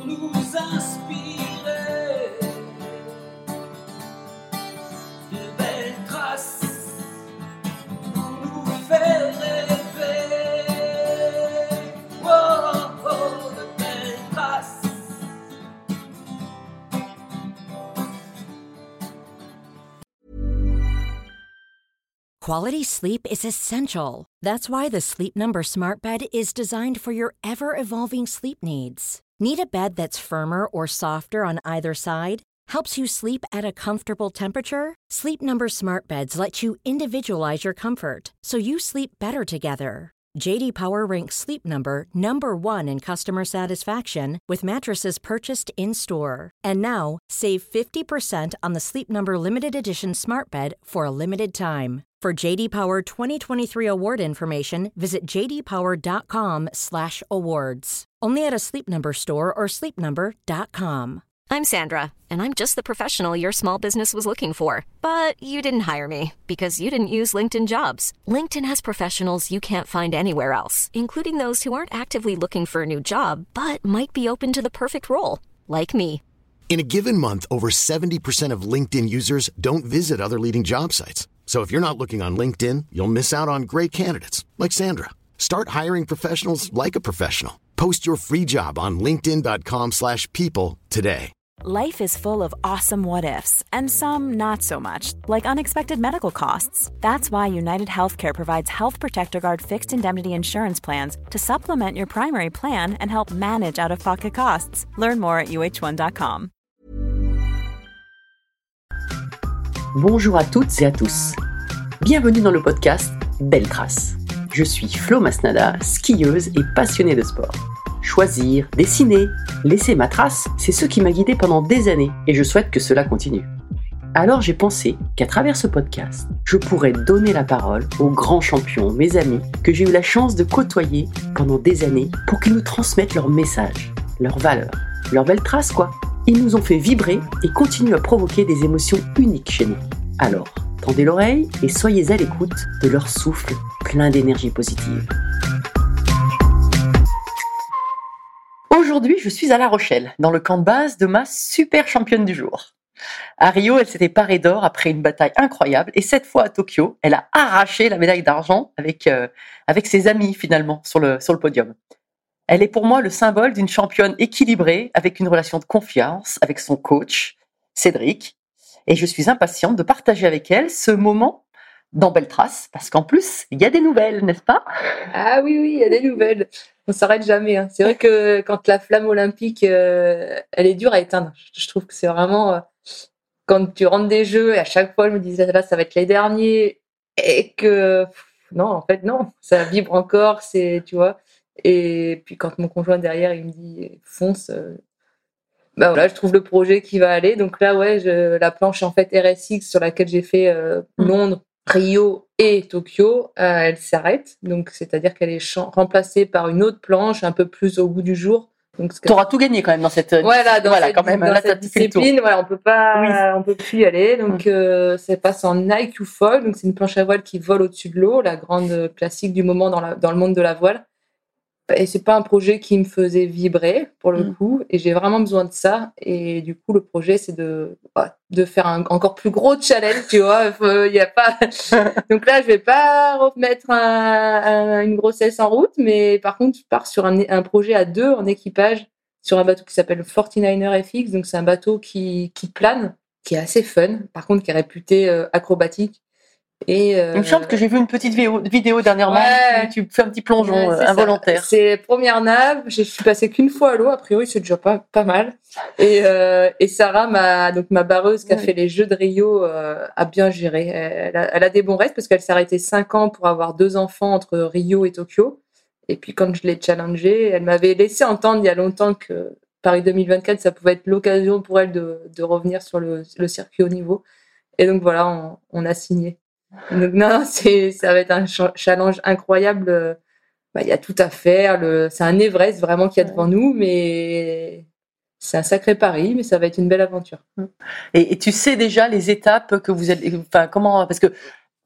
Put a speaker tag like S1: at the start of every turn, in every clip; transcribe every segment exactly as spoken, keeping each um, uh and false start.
S1: nous inspirer de belles traces pour nous faire rêver. Oh, oh, de belles traces.
S2: Quality sleep is essential. That's why the Sleep Number Smart Bed is designed for your ever-evolving sleep needs. Need a bed that's firmer or softer on either side? Helps you sleep at a comfortable temperature? Sleep Number Smart Beds let you individualize your comfort, so you sleep better together. J D Power ranks Sleep Number number one in customer satisfaction with mattresses purchased in-store. And now, save fifty percent on the Sleep Number Limited Edition Smart Bed for a limited time. For J D Power twenty twenty-three award information, visit j d power dot com slash awards. Only at a Sleep Number store or sleep number dot com.
S3: I'm Sandra, and I'm just the professional your small business was looking for. But you didn't hire me because you didn't use LinkedIn Jobs. LinkedIn has professionals you can't find anywhere else, including those who aren't actively looking for a new job, but might be open to the perfect role, like me.
S4: In a given month, over seventy percent of LinkedIn users don't visit other leading job sites. So if you're not looking on LinkedIn, you'll miss out on great candidates like Sandra. Start hiring professionals like a professional. Post your free job on linkedin dot com slash people today.
S5: Life is full of awesome what-ifs, and some not so much, like unexpected medical costs. That's why United Healthcare provides Health Protector Guard fixed indemnity insurance plans to supplement your primary plan and help manage out-of-pocket costs. Learn more at u h one dot com.
S6: Bonjour à toutes et à tous. Bienvenue dans le podcast Belles Traces. Je suis Flo Masnada, skieuse et passionnée de sport. Choisir, dessiner, laisser ma trace, c'est ce qui m'a guidée pendant des années et je souhaite que cela continue. Alors j'ai pensé qu'à travers ce podcast, je pourrais donner la parole aux grands champions, mes amis, que j'ai eu la chance de côtoyer pendant des années pour qu'ils nous transmettent leurs messages, leurs valeurs, leurs belles traces quoi. Ils nous ont fait vibrer et continuent à provoquer des émotions uniques chez nous. Alors, tendez l'oreille et soyez à l'écoute de leur souffle plein d'énergie positive. Aujourd'hui, je suis à La Rochelle, dans le camp de base de ma super championne du jour. À Rio, elle s'était parée d'or après une bataille incroyable et cette fois à Tokyo, elle a arraché la médaille d'argent avec, euh, avec ses amis finalement sur le, sur le podium. Elle est pour moi le symbole d'une championne équilibrée avec une relation de confiance avec son coach, Cédric. Et je suis impatiente de partager avec elle ce moment dans Belles Traces parce qu'en plus, il y a des nouvelles, n'est-ce pas ?
S7: Ah oui, oui, il y a des nouvelles. On s'arrête jamais. Hein. C'est vrai que quand la flamme olympique, euh, elle est dure à éteindre. Je trouve que c'est vraiment... Euh, quand tu rentres des jeux, et à chaque fois, je me disais, là, ça va être les derniers. Et que... Pff, non, en fait, non. Ça vibre encore, c'est... Tu vois. Et puis quand mon conjoint derrière, il me dit, fonce... Euh, bah voilà, je trouve le projet qui va aller. Donc là, ouais, je, la planche en fait R S X sur laquelle j'ai fait euh, Londres, Rio et Tokyo, euh, elle s'arrête. Donc c'est-à-dire qu'elle est ch- remplacée par une autre planche un peu plus au bout du jour. Donc
S6: tu auras tout gagné quand même dans cette
S7: voilà, dans
S6: voilà
S7: cette,
S6: quand même
S7: dans
S6: là,
S7: cette discipline. Voilà, on peut pas, oui. on peut plus y aller. Donc mmh. euh, ça passe en I Q foil. Donc c'est une planche à voile qui vole au-dessus de l'eau, la grande classique du moment dans, la, dans le monde de la voile. Et c'est pas un projet qui me faisait vibrer pour le mmh. coup, et j'ai vraiment besoin de ça. Et du coup, le projet, c'est de de faire un encore plus gros challenge, tu vois. Il y a pas. Donc là, je vais pas remettre un, un, une grossesse en route, mais par contre, je pars sur un, un projet à deux en équipage sur un bateau qui s'appelle le forty-niner F X. Donc c'est un bateau qui qui plane, qui est assez fun. Par contre, qui est réputé euh, acrobatique. Et euh...
S6: il me semble que j'ai vu une petite vidéo, vidéo dernièrement
S7: ouais.
S6: où tu fais un petit plongeon
S7: ouais,
S6: euh, involontaire.
S7: Ça. C'est première nave, je suis passée qu'une fois à l'eau, a priori c'est déjà pas, pas mal. Et, euh, et Sarah, ma, donc ma barreuse qui a ouais. fait les Jeux de Rio, euh, a bien géré. Elle a, elle a des bons restes parce qu'elle s'est arrêtée cinq ans pour avoir deux enfants entre Rio et Tokyo. Et puis quand je l'ai challengée, elle m'avait laissé entendre il y a longtemps que Paris deux mille vingt-quatre, ça pouvait être l'occasion pour elle de, de revenir sur le, le circuit haut niveau. Et donc voilà, on, on a signé. Donc non, c'est, ça va être un ch- challenge incroyable. Bah, y a tout à faire. Le, c'est un Everest vraiment qu'il y a devant ouais. nous, mais c'est un sacré pari, mais ça va être une belle aventure.
S6: Et, et tu sais déjà les étapes que vous êtes, enfin comment, parce que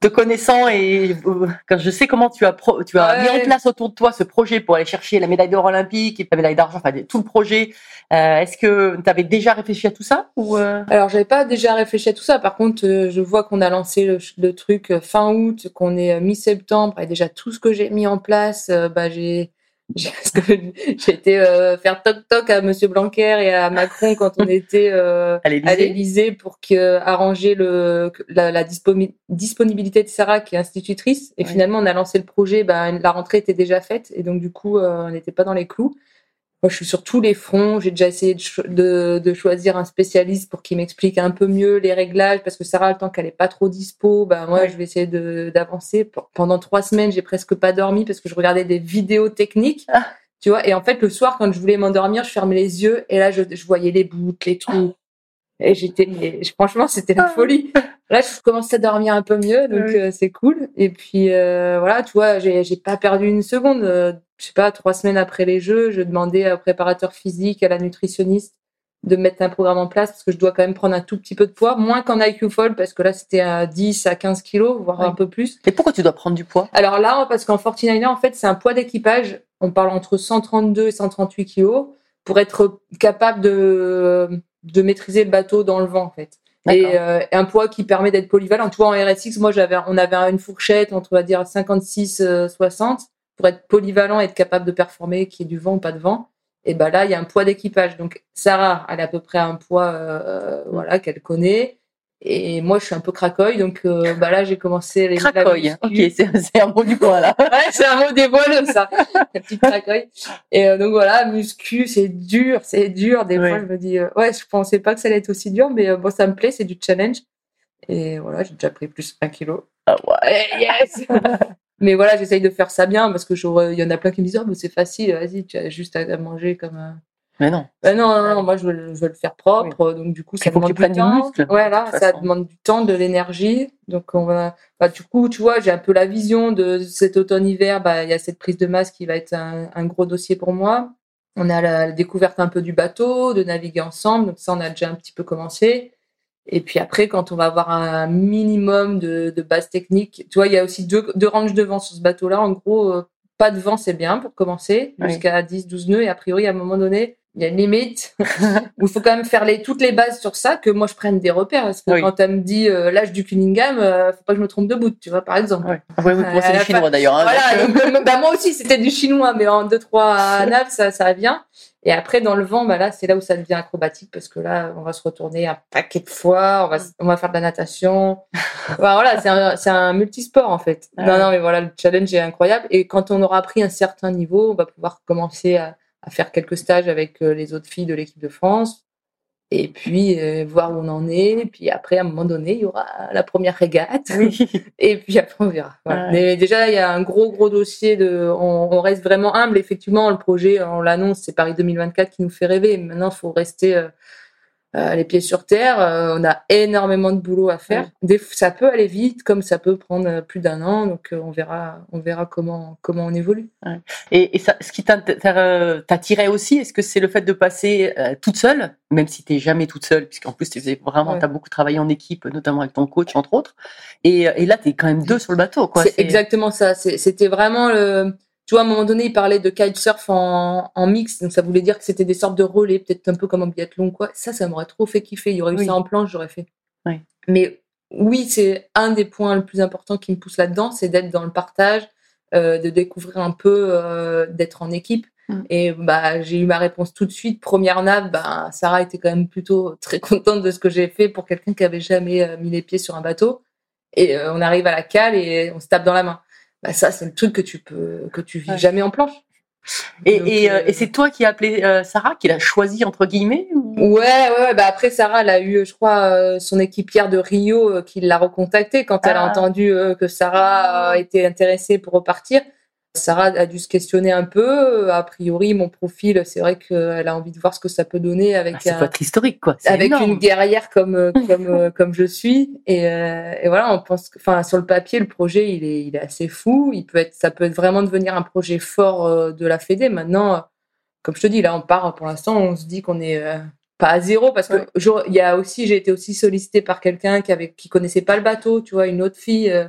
S6: te connaissant et euh, quand je sais comment tu as pro, tu as
S7: Ouais.
S6: mis en place autour de toi ce projet pour aller chercher la médaille d'or olympique et la médaille d'argent, enfin tout le projet. Euh, est-ce que tu avais déjà réfléchi à tout ça ou euh...
S7: Alors, j'avais pas déjà réfléchi à tout ça. Par contre, euh, je vois qu'on a lancé le, le truc euh, fin août, qu'on est euh, mi-septembre, et déjà tout ce que j'ai mis en place, euh, bah j'ai, j'ai, parce que j'ai été euh, faire toc toc à Monsieur Blanquer et à Macron quand on était euh,
S6: à l'Élysée,
S7: à l'Élysée pour que arranger le la, la dispo- disponibilité de Sarah qui est institutrice. Et
S6: oui.
S7: Finalement, on a lancé le projet. Bah, la rentrée était déjà faite, et donc du coup, euh, on n'était pas dans les clous. Moi, je suis sur tous les fronts. J'ai déjà essayé de, cho- de, de choisir un spécialiste pour qu'il m'explique un peu mieux les réglages, parce que Sarah, le temps qu'elle est pas trop dispo, bah moi,
S6: Ouais.
S7: je vais essayer de, d'avancer. P- Pendant trois semaines, j'ai presque pas dormi parce que je regardais des vidéos techniques,
S6: Ah.
S7: tu vois. Et en fait, le soir, quand je voulais m'endormir, je fermais les yeux et là, je, je voyais les boucles, les trucs. Et j'étais, mais franchement, c'était la folie. Là, je commence à dormir un peu mieux, donc
S6: Oui.
S7: euh, c'est cool. Et puis euh, voilà, tu vois, j'ai, j'ai pas perdu une seconde. Euh, je sais pas, trois semaines après les Jeux, je demandais au préparateur physique, à la nutritionniste, de mettre un programme en place parce que je dois quand même prendre un tout petit peu de poids, moins qu'en I Q Fall parce que là, c'était à dix à quinze kilos, voire
S6: Oui.
S7: un peu plus.
S6: Et pourquoi tu dois prendre du poids?
S7: Alors là, parce qu'en forty-niner, en fait, c'est un poids d'équipage. On parle entre cent trente-deux et cent trente-huit kilos pour être capable de, de maîtriser le bateau dans le vent, en fait. Et euh, un poids qui permet d'être polyvalent. Tu vois, en R S X, moi, j'avais, on avait une fourchette entre, on va dire, cinquante-six, soixante pour être polyvalent et être capable de performer, qu'il y ait du vent ou pas de vent. Et ben là, il y a un poids d'équipage. Donc, Sarah, elle a à peu près un poids, euh, voilà, qu'elle connaît. Et moi, je suis un peu cracoille, donc euh, bah là, j'ai commencé les
S6: cracoille. Ok, c'est, c'est un mot du coin là.
S7: Ouais, c'est un mot dévoilé, ça. La petite cracoille. Et euh, donc voilà, muscu, c'est dur, c'est dur. Des
S6: Ouais.
S7: fois, je me dis, euh, ouais, je pensais pas que ça allait être aussi dur, mais euh, bon, ça me plaît, c'est du challenge. Et voilà, j'ai déjà pris plus un kilo.
S6: Ah ouais.
S7: Et yes. Mais voilà, j'essaye de faire ça bien parce que il y en a plein qui me disent, oh, mais c'est facile, vas-y, tu as juste à manger comme un.
S6: Mais non.
S7: Ben non, non, non, moi je veux, je veux le faire propre, oui. Donc du coup ça
S6: il faut
S7: demande
S6: que tu
S7: du
S6: prennes
S7: temps.
S6: du muscle.
S7: Ouais, là, ça façon. demande du temps, de l'énergie. Donc on va, bah, du coup, tu vois, j'ai un peu la vision de cet automne-hiver. Bah, il y a cette prise de masse qui va être un, un gros dossier pour moi. On a la, la découverte un peu du bateau, de naviguer ensemble. Donc ça, on a déjà un petit peu commencé. Et puis après, quand on va avoir un minimum de, de base technique, tu vois, il y a aussi deux, deux ranges de vent sur ce bateau-là. En gros, euh, pas de vent, c'est bien pour commencer, oui. Jusqu'à dix douze nœuds. Et a priori, à un moment donné, il y a une limite où il faut quand même faire les, toutes les bases sur ça, que moi je prenne des repères. Parce que oui. Quand elle me dit euh, l'âge du Cunningham, euh, faut pas que je me trompe de bout, tu vois, par exemple.
S6: Oui, oui, oui, moi c'est euh, du chinois d'ailleurs. Hein,
S7: voilà, donc, euh, bah, moi aussi c'était du chinois, mais en deux trois naves, ça, ça vient. Et après, dans le vent, bah là, c'est là où ça devient acrobatique parce que là, on va se retourner un paquet de fois, on va, on va faire de la natation. Bah, voilà, c'est un, c'est un multisport en fait. Ouais. Non, non, mais voilà, le challenge est incroyable. Et quand on aura pris un certain niveau, on va pouvoir commencer à, à faire quelques stages avec les autres filles de l'équipe de France. Et puis, euh, voir où on en est. Et puis après, à un moment donné, il y aura la première régate. Oui. Et puis après, on verra. Voilà. Ouais. Mais déjà, il y a un gros, gros dossier. De, on, on reste vraiment humble. Effectivement, le projet, on l'annonce, c'est Paris deux mille vingt-quatre qui nous fait rêver. Maintenant, il faut rester euh, euh, les pieds sur terre. Euh, on a énormément de boulot à faire. Ouais. Des, ça peut aller vite, comme ça peut prendre plus d'un an. Donc, euh, on verra, on verra comment, comment on évolue.
S6: Ouais. Et, et ça, ce qui t'attirait aussi, est-ce que c'est le fait de passer euh, toute seule, même si t'es jamais toute seule, puisqu'en plus tu faisais vraiment, ouais. T'as beaucoup travaillé en équipe, notamment avec ton coach entre autres. Et, et là, t'es quand même deux sur le bateau, quoi.
S7: C'est, c'est... exactement ça. C'est, c'était vraiment le. Tu vois, à un moment donné, il parlait de kitesurf en, en mix, donc ça voulait dire que c'était des sortes de relais, peut-être un peu comme en biathlon, quoi. Ça, ça m'aurait trop fait kiffer. Il y aurait eu oui. ça en planche, j'aurais fait.
S6: Oui.
S7: Mais oui, c'est un des points le plus importants qui me pousse là-dedans, c'est d'être dans le partage, euh, de découvrir un peu, euh, d'être en équipe. Mm. Et bah, j'ai eu ma réponse tout de suite. Première nave, bah, Sarah était quand même plutôt très contente de ce que j'ai fait pour quelqu'un qui avait jamais euh, mis les pieds sur un bateau. Et euh, on arrive à la cale et on se tape dans la main. Bah ça, c'est le truc que tu peux, que tu vis ouais. jamais en planche.
S6: Et, Donc, et, euh, et c'est toi qui as appelé euh, Sarah, qui l'a choisie entre guillemets ou...
S7: Ouais, ouais, ouais. Bah après Sarah, elle a eu, je crois, euh, son équipière de Rio euh, qui l'a recontactée quand ah. elle a entendu euh, que Sarah euh, était intéressée pour repartir. Sarah a dû se questionner un peu. A priori, mon profil, c'est vrai qu'elle a envie de voir ce que ça peut donner avec.
S6: Ah, c'est un, votre historique, quoi. C'est
S7: avec
S6: énorme.
S7: Une guerrière comme comme comme je suis. Et, euh, et voilà, on pense, enfin, sur le papier, le projet, il est il est assez fou. Il peut être, ça peut être vraiment devenir un projet fort euh, de la Fédé. Maintenant, euh, comme je te dis, là, on part pour l'instant, on se dit qu'on est euh, pas à zéro parce
S6: ouais.
S7: que il y a aussi, j'ai été aussi sollicitée par quelqu'un qui avait qui connaissait pas le bateau, tu vois, une autre fille. Euh,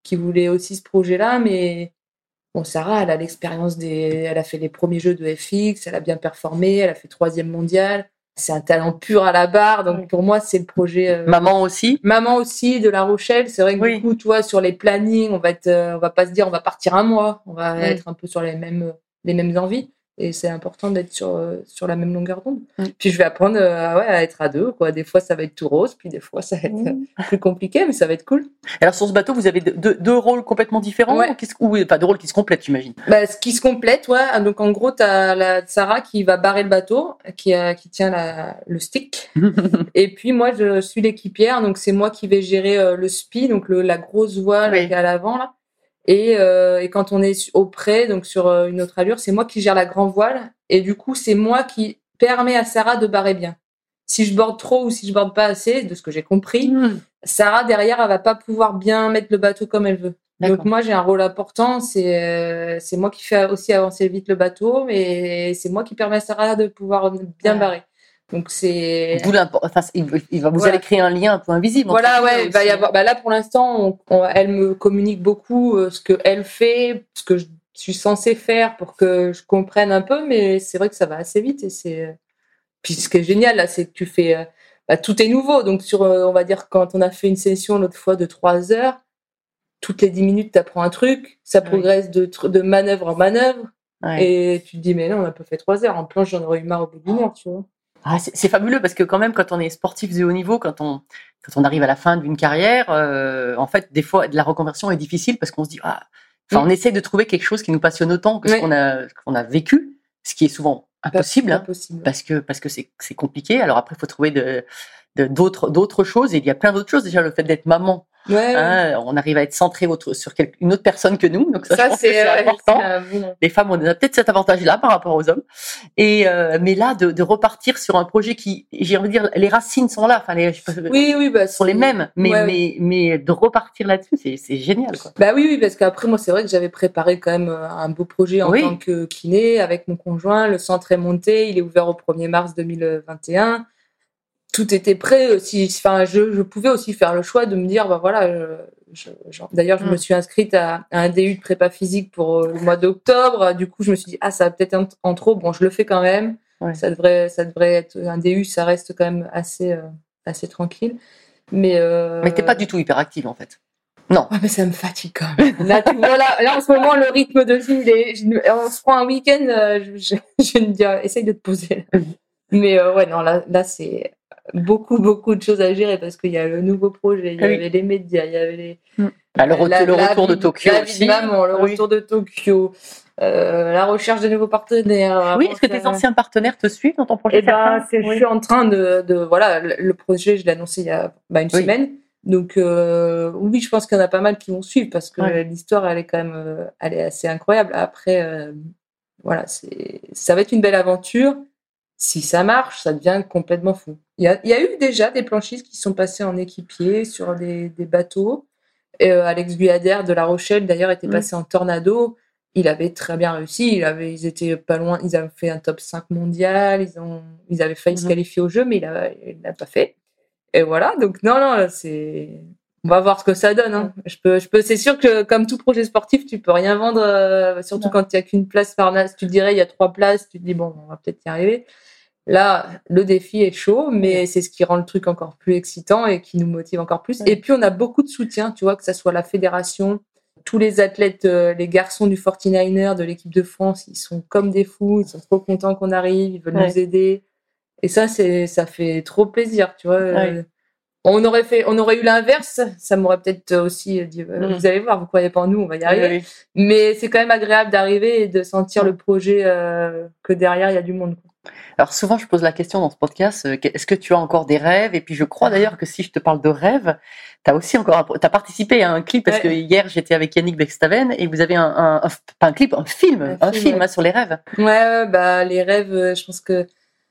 S7: qui voulait aussi ce projet-là, mais bon, Sarah, elle a l'expérience des, elle a fait les premiers jeux de F X, elle a bien performé, elle a fait troisième mondial. C'est un talent pur à la barre, donc
S6: Oui.
S7: pour moi, c'est le projet. Euh...
S6: Maman aussi.
S7: Maman aussi de La Rochelle. C'est vrai que
S6: Oui.
S7: du coup, tu vois, sur les plannings, on va être, euh, on va pas se dire, on va partir un mois, on va
S6: Oui.
S7: être un peu sur les mêmes, les mêmes envies. Et c'est important d'être sur, euh, sur la même longueur d'onde.
S6: Mm.
S7: Puis je vais apprendre euh, ouais, à être à deux, quoi. Des fois, ça va être tout rose, puis des fois, ça va être
S6: Mm.
S7: euh, plus compliqué, mais ça va être cool.
S6: Alors sur ce bateau, vous avez deux, deux, deux rôles complètement différents
S7: Ouais.
S6: ou, qui se, ou enfin deux rôles qui se complètent, j'imagine.
S7: Bah, ce qui se complète, ouais. Donc en gros, t'as la Sarah qui va barrer le bateau, qui, a, qui tient la, le stick. Et puis moi, je suis l'équipière, donc c'est moi qui vais gérer euh, le spi, donc le, la grosse voile
S6: Oui.
S7: qui est à l'avant là. Et, euh, et quand on est au près, donc sur euh, une autre allure, c'est moi qui gère la grand voile. Et du coup, c'est moi qui permet à Sarah de barrer bien. Si je borde trop ou si je borde pas assez, de ce que j'ai compris,
S6: Mm.
S7: Sarah derrière, elle va pas pouvoir bien mettre le bateau comme elle veut.
S6: D'accord.
S7: Donc moi, j'ai un rôle important. C'est euh, c'est moi qui fais aussi avancer vite le bateau, mais c'est moi qui permet à Sarah de pouvoir bien
S6: Ouais.
S7: barrer. Donc c'est
S6: D'où l'import- enfin, il, il va, vous
S7: Voilà.
S6: allez créer un lien un peu invisible. entre
S7: voilà,
S6: vous
S7: ouais,
S6: deux
S7: il va y
S6: aussi.
S7: avoir. Bah là, pour l'instant, on- on- elle me communique beaucoup euh, ce que elle fait, ce que je suis censée faire pour que je comprenne un peu, mais c'est vrai que ça va assez vite et c'est. Puis ce qui est génial là, c'est que tu fais. euh, Bah, tout est nouveau. Donc sur, euh, on va dire quand on a fait une session l'autre fois de trois heures, toutes les dix minutes, tu apprends un truc, ça
S6: Oui.
S7: progresse de, tr- de manœuvre en manœuvre,
S6: Ouais.
S7: et tu te dis mais non, on a pas fait trois heures. En planche, j'en aurais eu marre au bout d'une heure, tu vois.
S6: Ah, c'est, c'est fabuleux parce que quand même, quand on est sportif de haut niveau, quand on, quand on arrive à la fin d'une carrière, euh, en fait, des fois, la reconversion est difficile parce qu'on se dit, ah, enfin,
S7: Mm.
S6: on essaie de trouver quelque chose qui nous passionne autant que ce
S7: Oui.
S6: qu'on a, ce qu'on a vécu, ce qui est souvent impossible,
S7: Pas
S6: hein,
S7: possible.
S6: parce que, parce que c'est, c'est compliqué. Alors après, il faut trouver de, de, d'autres, d'autres choses et il y a plein d'autres choses. Déjà, le fait d'être maman,
S7: Ouais, ouais.
S6: hein, on arrive à être centré autre, sur quel- une autre personne que nous. Donc ça, je
S7: ça
S6: pense que
S7: c'est,
S6: c'est
S7: ouais,
S6: important.
S7: c'est un bon-
S6: Les femmes, on a peut-être cet avantage-là par rapport aux hommes. Et euh, mais là, de, de repartir sur un projet qui, j'ai envie de dire, les racines sont là. Enfin, les, je sais pas,
S7: Oui, oui, bah
S6: sont les
S7: c'est-
S6: mêmes. Mais
S7: ouais,
S6: mais mais de repartir là-dessus, c'est c'est génial, quoi.
S7: Bah oui, oui, parce qu'après, moi, c'est vrai que j'avais préparé quand même euh, un beau projet en
S6: Oui.
S7: tant que kiné avec mon conjoint. Le centre est monté, il est ouvert au premier mars deux mille vingt et un. Tout était prêt. Si, enfin, je, je pouvais aussi faire le choix de me dire, bah voilà, je, je, genre, d'ailleurs, je
S6: Mm.
S7: me suis inscrite à, à un D U de prépa physique pour euh, le mois d'octobre. Du coup, je me suis dit, ah, ça va peut-être être en trop. Bon, je le fais quand même.
S6: Ouais.
S7: Ça devrait, ça devrait être un D U, ça reste quand même assez, euh, assez tranquille. Mais, euh...
S6: Mais t'es pas du tout hyperactive, en fait. Non.
S7: Ouais, mais ça me fatigue quand même. Là, tu vois, là, là, en ce moment, le rythme de vie, il est, je- on se prend un week-end, euh, je, je, je vais me dire, essaye de te poser. là. Mais euh, ouais, non, là, là, c'est beaucoup, beaucoup de choses à gérer parce qu'il y a le nouveau projet, il y
S6: Oui.
S7: avait les médias, il y avait les.
S6: Bah, le, retour-
S7: la-
S6: le
S7: la
S6: retour de
S7: vie-
S6: Tokyo
S7: la vie
S6: aussi.
S7: de maman, le
S6: Oui.
S7: retour de Tokyo, euh, la recherche de nouveaux partenaires.
S6: Oui, est-ce que tes
S7: Enfin,
S6: anciens partenaires te suivent dans ton projet?
S7: eh ben,
S6: certains
S7: c'est, je
S6: Oui.
S7: suis en train de, de voilà, le, le projet, je l'ai annoncé il y a bah, une
S6: Oui.
S7: semaine. Donc euh, oui, je pense qu'il y en a pas mal qui vont suivre parce que
S6: Ouais.
S7: l'histoire, elle est quand même, euh, elle est assez incroyable. Après, euh, voilà, c'est, ça va être une belle aventure. Si ça marche, ça devient complètement fou. Il y a, il y a eu déjà des planchistes qui sont passés en équipier sur des, des bateaux. Et, euh, Alex Guyader de La Rochelle, d'ailleurs, était
S6: Mm.
S7: passé en Tornado. Il avait très bien réussi. Il avait, ils étaient pas loin. Ils avaient fait un top cinq mondial. Ils ont, ils avaient failli se
S6: Mhm.
S7: qualifier au jeu, mais il a, il l'a pas fait. Et voilà. Donc non, non, c'est. On va voir ce que ça donne. Hein. Je peux, je peux. C'est sûr que comme tout projet sportif, tu peux rien vendre, euh, surtout
S6: Non.
S7: quand il y a qu'une place par nas. Tu te dirais, il y a trois places. Tu te dis bon, on va peut-être y arriver. Là, le défi est chaud, mais c'est ce qui rend le truc encore plus excitant et qui nous motive encore plus.
S6: Ouais.
S7: Et puis, on a beaucoup de soutien, tu vois, que ça soit la fédération, tous les athlètes, euh, les garçons du forty-niner, de l'équipe de France, ils sont comme des fous, ils sont trop contents qu'on arrive, ils veulent
S6: Ouais.
S7: nous aider. Et ça, c'est, ça fait trop plaisir, tu vois.
S6: Ouais.
S7: Euh, On aurait fait, on aurait eu l'inverse, ça m'aurait peut-être aussi dit, euh,
S6: Mm.
S7: vous allez voir, vous croyez pas en nous, on va y arriver.
S6: Oui, oui.
S7: Mais c'est quand même agréable d'arriver et de sentir le projet, euh, que derrière, il y a du monde, quoi.
S6: Alors souvent, je pose la question dans ce podcast, euh, est-ce que tu as encore des rêves? Et puis je crois d'ailleurs que si je te parle de rêves, tu as aussi encore, tu as participé à un clip, parce
S7: Ouais.
S6: que hier j'étais avec Yannick Bextaven et vous avez un, un, un- pas un clip, un film, un,
S7: Un
S6: film,
S7: film, ouais.
S6: hein, sur les rêves.
S7: Ouais, ouais, bah, les rêves, euh, je pense que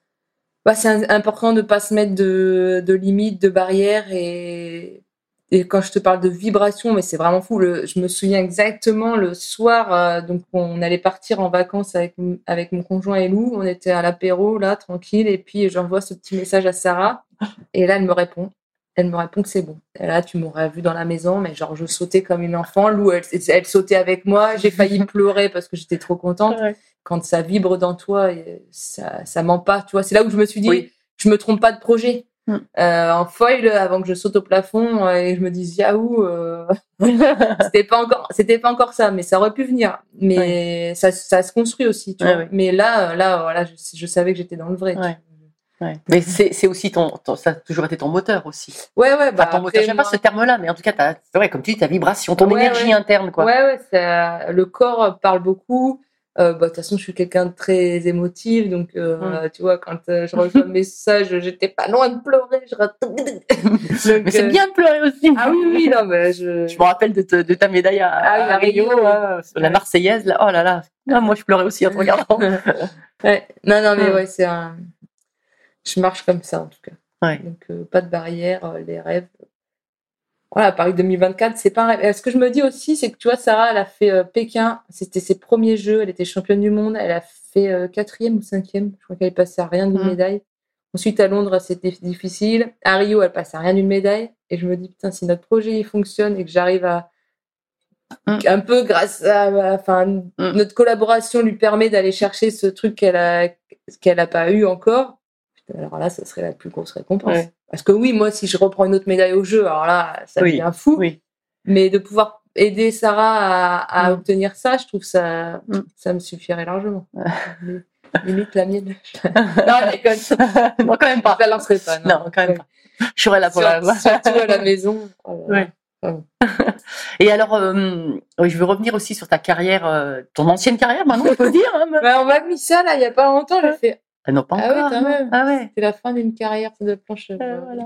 S7: bah, c'est un- important de pas se mettre de, de limites, de barrières. Et, et quand je te parle de vibration, mais c'est vraiment fou. Le, je me souviens exactement le soir, euh, donc on allait partir en vacances avec, m- avec mon conjoint et Lou. On était à l'apéro, là, tranquille. Et puis j'envoie ce petit message à Sarah. Et là, elle me répond. Elle me répond que c'est bon. Et là, tu m'aurais vu dans la maison, mais genre, je sautais comme une enfant. Lou, elle, elle sautait avec moi. J'ai failli pleurer parce que j'étais trop contente. Ouais. Quand ça vibre dans toi, ça, ça ment pas. Tu vois, c'est là où je me suis dit, oui. je me trompe pas de projet. Mm. Euh, en foil, avant que je saute au plafond euh, et je me dise Yahoo, euh... c'était pas encore, c'était pas encore ça, mais ça aurait pu venir. Mais ouais. ça, ça se construit aussi. Tu ouais, vois. Ouais. Mais là, là, voilà, je, je savais que j'étais dans le vrai.
S6: Ouais. Ouais. Mais c'est, c'est aussi ton, ton, ça a toujours été ton moteur aussi.
S7: Ouais, ouais, bah.
S6: Enfin, ton moteur, j'aime moi... pas ce terme-là, mais en tout cas, t'as, c'est vrai, comme tu dis, ta vibration, ton
S7: ouais,
S6: énergie
S7: ouais.
S6: interne, quoi.
S7: Ouais, ouais, ça, le corps parle beaucoup. Euh, bah, de toute façon, je suis quelqu'un de très émotif, donc, euh, mm. tu vois, quand euh, je reçois le message, j'étais pas loin de pleurer. Je...
S6: donc, mais c'est euh... bien de pleurer aussi.
S7: Ah oui, oui, non, mais je.
S6: Je me rappelle de, te, de ta médaille à, ah, à Rio, Rio ouais, la Marseillaise, là. Oh là là. Ah, moi, je pleurais aussi en te regardant.
S7: ouais. Non, non, mais mm. ouais, c'est un. Je marche comme ça, en tout cas.
S6: Ouais.
S7: Donc, euh, pas de barrière, euh, les rêves. Voilà, Paris deux mille vingt-quatre, c'est pas un rêve. Ce que je me dis aussi, c'est que, tu vois, Sarah, elle a fait euh, Pékin. C'était ses premiers Jeux. Elle était championne du monde. Elle a fait euh, quatrième ou cinquième. Je crois qu'elle est passée à rien d'une mmh. médaille. Ensuite, à Londres, c'était difficile. À Rio, elle passe à rien d'une médaille. Et je me dis, putain, si notre projet, il fonctionne et que j'arrive à... Mmh. Un peu grâce à... Enfin, mmh. notre collaboration lui permet d'aller chercher ce truc qu'elle a, qu'elle a pas eu encore. Alors là, ça serait la plus grosse récompense. Ouais. Parce que oui, moi, si je reprends une autre médaille au jeu, alors là, ça
S6: oui.
S7: devient fou.
S6: Oui.
S7: Mais de pouvoir aider Sarah à, à mm. obtenir ça, je trouve ça, mm. ça me suffirait largement. Limite la mienne. non, mais quand...
S6: non, quand même pas.
S7: Je la lancerai pas. Non,
S6: non quand même ouais. pas. Je serais là pour
S7: Sur,
S6: la...
S7: Surtout à la maison. Oh là là.
S6: Ouais. Et alors, euh, oui, je veux revenir aussi sur ta carrière, euh, ton ancienne carrière, maintenant, on peut dire. Hein, mais...
S7: bah, on m'a mis ça, là, il n'y a pas longtemps, j'ai fait...
S6: Ah non, pas
S7: ah
S6: encore.
S7: Oui, quand même.
S6: Ah ouais.
S7: C'était la fin d'une carrière de planche.
S6: Euh, voilà.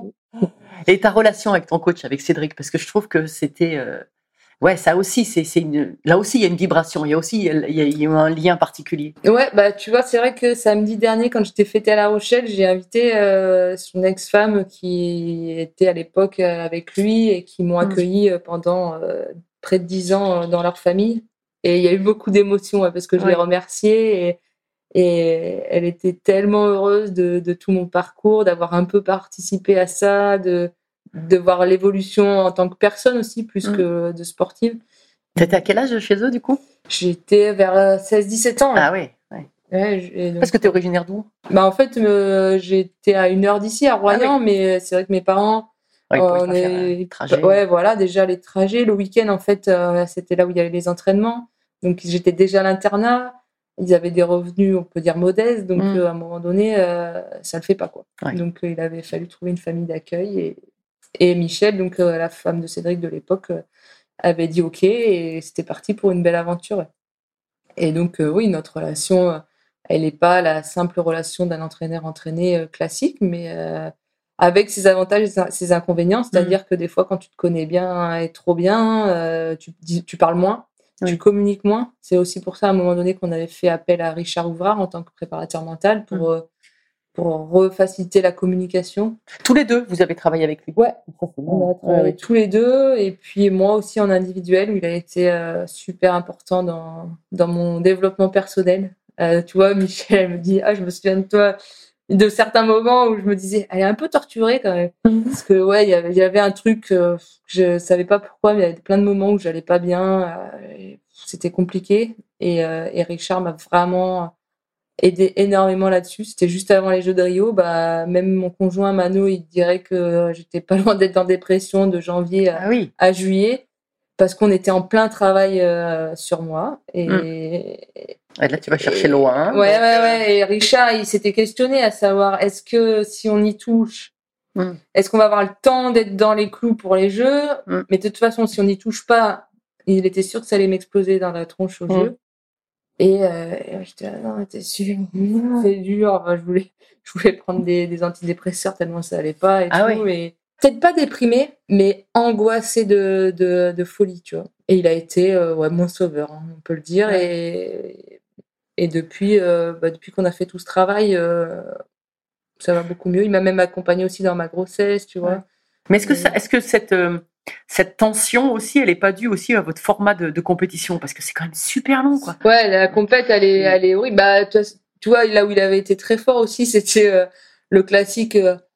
S6: Et ta relation avec ton coach, avec Cédric, parce que je trouve que c'était, euh... ouais, ça aussi, c'est, c'est une, là aussi, il y a une vibration, il y a aussi, il y a, il y a un lien particulier.
S7: Ouais, bah tu vois, c'est vrai que samedi dernier, quand j'étais fêtée à La Rochelle, j'ai invité euh, son ex-femme qui était à l'époque avec lui et qui m'ont accueilli mmh. pendant euh, près de dix ans dans leur famille. Et il y a eu beaucoup d'émotions ouais, parce que je ouais. l'ai remerciée et Et elle était tellement heureuse de, de tout mon parcours, d'avoir un peu participé à ça, de, de voir l'évolution en tant que personne aussi, plus mmh. que de sportive.
S6: T'étais à quel âge chez eux, du coup ?
S7: J'étais vers seize dix-sept ans.
S6: Ah oui, ouais.
S7: ouais donc,
S6: Parce que t'es originaire d'où ?
S7: Bah en fait, euh, j'étais à une heure d'ici, à Royan, ah oui. mais c'est vrai que mes parents...
S6: Oui,
S7: euh, on est...
S6: les trajets.
S7: Ouais, voilà, déjà les trajets. Le week-end, en fait, euh, c'était là où il y avait les entraînements. Donc j'étais déjà à l'internat. Ils avaient des revenus, on peut dire, modestes. Donc, mmh. euh, à un moment donné, euh, ça ne le fait pas, quoi.
S6: Ouais.
S7: Donc, euh, il avait fallu trouver une famille d'accueil. Et, et Michel, donc euh, la femme de Cédric de l'époque, euh, avait dit OK. Et c'était parti pour une belle aventure. Ouais. Et donc, euh, oui, notre relation, euh, elle n'est pas la simple relation d'un entraîneur-entraîné euh, classique, mais euh, avec ses avantages et ses inconvénients. C'est-à-dire mmh. que des fois, quand tu te connais bien et trop bien, euh, tu, tu parles moins. Oui. Tu communiques moins. C'est aussi pour ça, à un moment donné, qu'on avait fait appel à Richard Ouvrard en tant que préparateur mental pour, mmh. euh, pour refaciliter la communication.
S6: Tous les deux, vous avez travaillé avec lui ?
S7: Ouais, on a travaillé ouais. tous les deux. Et puis moi aussi en individuel, où il a été euh, super important dans, dans mon développement personnel. Euh, tu vois, Michel, elle me dit « Ah, je me souviens de toi ». De certains moments où je me disais, elle est un peu torturée quand même. Mmh. Parce que, ouais, il y avait, il y avait un truc, euh, je savais pas pourquoi, mais il y avait plein de moments où j'allais pas bien. Euh, c'était compliqué. Et, euh, et Richard m'a vraiment aidé énormément là-dessus. C'était juste avant les Jeux de Rio. Bah, même mon conjoint, Mano, il dirait que j'étais pas loin d'être en dépression de janvier à,
S6: ah oui.
S7: à juillet. Parce qu'on était en plein travail euh, sur moi. Et, mmh.
S6: et Et là, tu vas chercher loin.
S7: Ouais, donc... ouais, ouais. Et Richard, il s'était questionné à savoir, est-ce que si on y touche, mm. est-ce qu'on va avoir le temps d'être dans les clous pour les Jeux ? mm. Mais de toute façon, si on n'y touche pas, il était sûr que ça allait m'exploser dans la tronche au mm. jeu. Et, euh, et j'étais là, non, t'es sûr, c'est dur. Enfin, je voulais, je voulais prendre des, des antidépresseurs tellement ça allait pas et
S6: ah
S7: tout.
S6: Oui.
S7: Et peut-être pas déprimé, mais angoissé de, de, de folie, tu vois. Et il a été, euh, ouais, mon sauveur, hein, on peut le dire. Ouais. Et, Et depuis, euh, bah, depuis qu'on a fait tout ce travail, euh, ça va beaucoup mieux. Il m'a même accompagnée aussi dans ma grossesse, tu vois. Ouais.
S6: Mais est-ce que, ça, est-ce que cette, euh, cette tension aussi, elle n'est pas due aussi à votre format de, de compétition ? Parce que c'est quand même super long, quoi.
S7: Ouais, la compète, elle est, elle est horrible. Bah, tu vois, là où il avait été très fort aussi, c'était euh, le classique euh,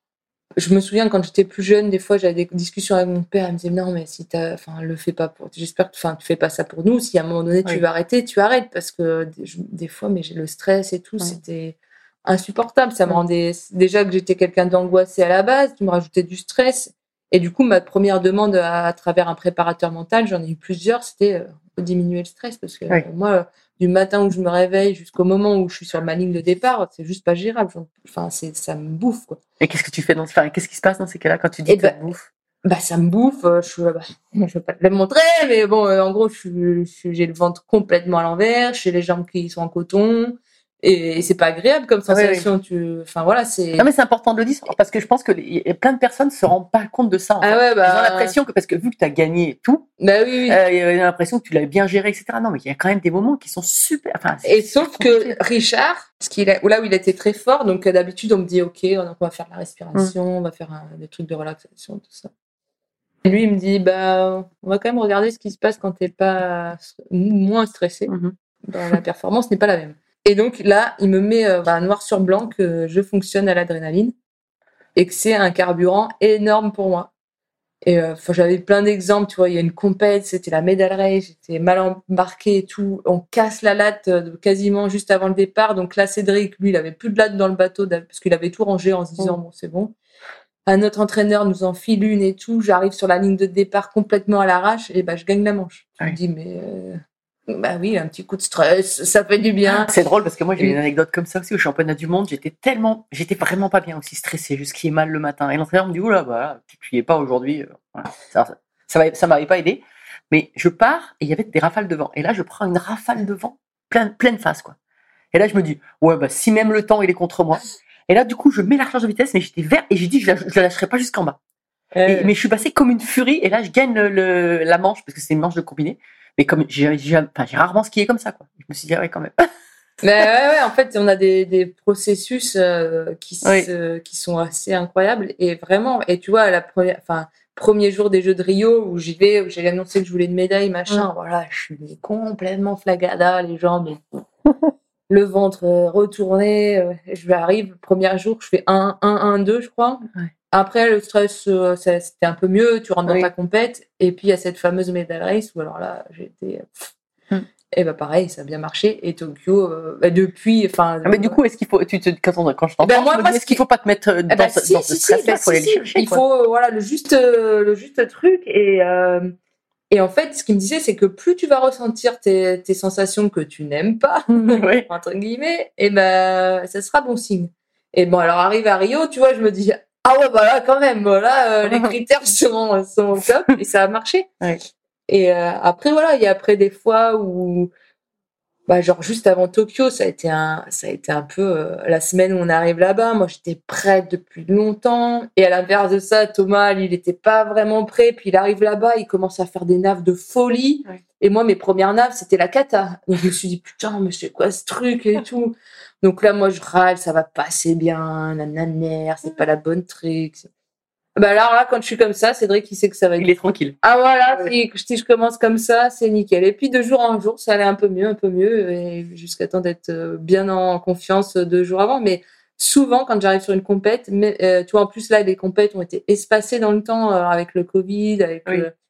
S7: Je me souviens quand j'étais plus jeune, des fois j'avais des discussions avec mon père, il me disait non mais si t'as, enfin le fais pas pour, j'espère que, enfin tu fais pas ça pour nous. Si à un moment donné tu
S6: Oui.
S7: veux arrêter, tu arrêtes parce que des, je- des fois mais j'ai le stress et tout,
S6: Ouais.
S7: c'était insupportable. Ça me
S6: Ouais.
S7: rendait déjà que j'étais quelqu'un d'angoissé à la base, tu me rajoutais du stress. Et du coup ma première demande à, à travers un préparateur mental, j'en ai eu plusieurs, c'était euh, de diminuer le stress parce que
S6: Oui.
S7: euh, moi du matin où je me réveille jusqu'au moment où je suis sur ma ligne de départ, c'est juste pas gérable. Enfin c'est ça me bouffe quoi.
S6: Et qu'est-ce que tu fais dans ce... enfin, qu'est-ce qui se passe dans ces cas-là quand tu dis
S7: Eh
S6: que ça
S7: ben,
S6: te bouffe?
S7: Bah, ça me bouffe. euh, Je suis là, bah, je vais pas te le montrer, mais bon, euh, en gros, je suis, je suis- j'ai le ventre complètement à l'envers, j'ai les jambes qui sont en coton, et, et c'est pas agréable comme
S6: Ah oui,
S7: sensation. Tu, enfin voilà, c'est.
S6: Non mais c'est important de le dire parce que je pense que les- y a plein de personnes se rendent pas compte de ça. En
S7: Ah
S6: fait.
S7: ouais, bah.
S6: Ils ont l'impression que parce que vu que tu as gagné et tout,
S7: Bah oui, oui.
S6: euh, ils ont l'impression que tu l'as bien géré, et cetera. Non mais il y a quand même des moments qui sont super. Enfin, c'est-
S7: Et
S6: c'est
S7: sauf
S6: compliqué.
S7: que Richard, ce qu'il a, là où il était très fort, donc euh, d'habitude on me dit ok, on va faire de la respiration, on va faire un- des trucs de relaxation, tout ça. Et lui il me dit bah on va quand même regarder ce qui se passe quand t'es pas moins stressé.
S6: Mhm.
S7: Bah, la performance n'est pas la même. Et donc là, il me met euh, bah, noir sur blanc que je fonctionne à l'adrénaline et que c'est un carburant énorme pour moi. Et euh, j'avais plein d'exemples, tu vois, il y a une compète, c'était la medal race, j'étais mal embarquée et tout, on casse la latte euh, quasiment juste avant le départ, donc là Cédric, lui, il avait plus de latte dans le bateau parce qu'il avait tout rangé en se disant
S6: Mm.
S7: bon c'est bon. Un autre entraîneur nous en file une et tout, j'arrive sur la ligne de départ complètement à l'arrache et bah je gagne la manche. Je
S6: Ouais.
S7: me dis mais euh, bah oui, un petit coup de stress, ça fait du bien.
S6: C'est drôle parce que moi j'ai
S7: Et-
S6: une anecdote comme ça aussi au championnat du monde. J'étais tellement, j'étais vraiment pas bien aussi stressé, juste qu'il est mal le matin. Et l'entraîneur me dit oula bah tu y es pas aujourd'hui. euh, Voilà. Ça, ça, ça, m'a- ça m'avait pas aidé. Mais je pars et il y avait des rafales de vent. Et là je prends une rafale de vent pleine pleine face quoi. Et là je me dis ouais bah si même le temps il est contre moi. Et là du coup je mets la charge de vitesse mais j'étais vert et j'ai dit je la, je la lâcherai pas jusqu'en bas. Et, mais je suis passé comme une furie et là je gagne le, le- la manche parce que c'est une manche de combiné. Mais comme j'ai, j'ai, enfin, j'ai rarement skié comme ça quoi. Je me suis dit ah ouais quand même.
S7: Mais ouais, ouais, en fait, on a des, des processus euh, qui,
S6: Oui.
S7: se, qui sont assez incroyables. Et vraiment, et tu vois, la première, enfin, premier jour des Jeux de Rio où j'y vais, où j'ai annoncé que je voulais une médaille, machin,
S6: Mm.
S7: voilà, je suis mais complètement flagada, les jambes, et le ventre euh, retourné. euh, je arrive, premier jour, je fais un, un, un, deux, je crois.
S6: Ouais.
S7: Après, le stress, euh, ça, c'était un peu mieux, tu rentres dans
S6: Oui.
S7: ta compète. Et puis, il y a cette fameuse medal race où, alors là, j'ai été.
S6: Mm.
S7: Et bah pareil, ça a bien marché. Et Tokyo, euh, bah depuis, enfin.
S6: Ah, mais du coup, est-ce qu'il faut, tu te, quand, on, quand je t'entends,
S7: ben moi,
S6: je me
S7: moi,
S6: dis,
S7: ce
S6: est-ce qu'il
S7: qui-
S6: faut pas te mettre euh, dans,
S7: eh ben,
S6: ce,
S7: si,
S6: dans
S7: si,
S6: ce stress-là,
S7: si, ben,
S6: il faut aller
S7: si,
S6: le
S7: si.
S6: chercher,
S7: Il
S6: quoi.
S7: faut, euh, voilà, le juste, euh, le juste truc. Et, euh, et en fait, ce qu'il me disait, c'est que plus tu vas ressentir tes, tes sensations que tu n'aimes pas,
S6: Oui.
S7: entre guillemets, et ben, ça sera bon signe. Et bon, alors, arrive à Rio, tu vois, je me dis, ah ouais, bah là, quand même, voilà, euh, les critères sont, sont au top, et ça a marché.
S6: Ouais.
S7: Et euh, après, voilà, il y a après des fois où, bah, genre juste avant Tokyo, ça a été un, ça a été un peu euh, la semaine où on arrive là-bas. Moi, j'étais prête depuis longtemps. Et à l'inverse de ça, Thomas, lui, il était pas vraiment prêt. Puis il arrive là-bas, il commence à faire des naves de folie.
S6: Ouais.
S7: Et moi, mes premières naves, c'était la cata. Donc je me suis dit, putain, mais c'est quoi ce truc et tout. Donc là, moi, je râle, ça va pas assez bien, nanana, c'est pas la bonne truc. Bah alors là, quand je suis comme ça, Cédric, il sait que ça va être
S6: Il est tranquille.
S7: ah voilà,
S6: Ouais.
S7: si, si je commence comme ça, c'est nickel. Et puis de jour en jour, ça allait un peu mieux, un peu mieux, et jusqu'à temps d'être euh, bien en confiance euh, deux jours avant. Mais souvent, quand j'arrive sur une compète, mais, euh, tu vois, en plus là, les compètes ont été espacées dans le temps euh, avec le Covid, avec
S6: Oui.
S7: le...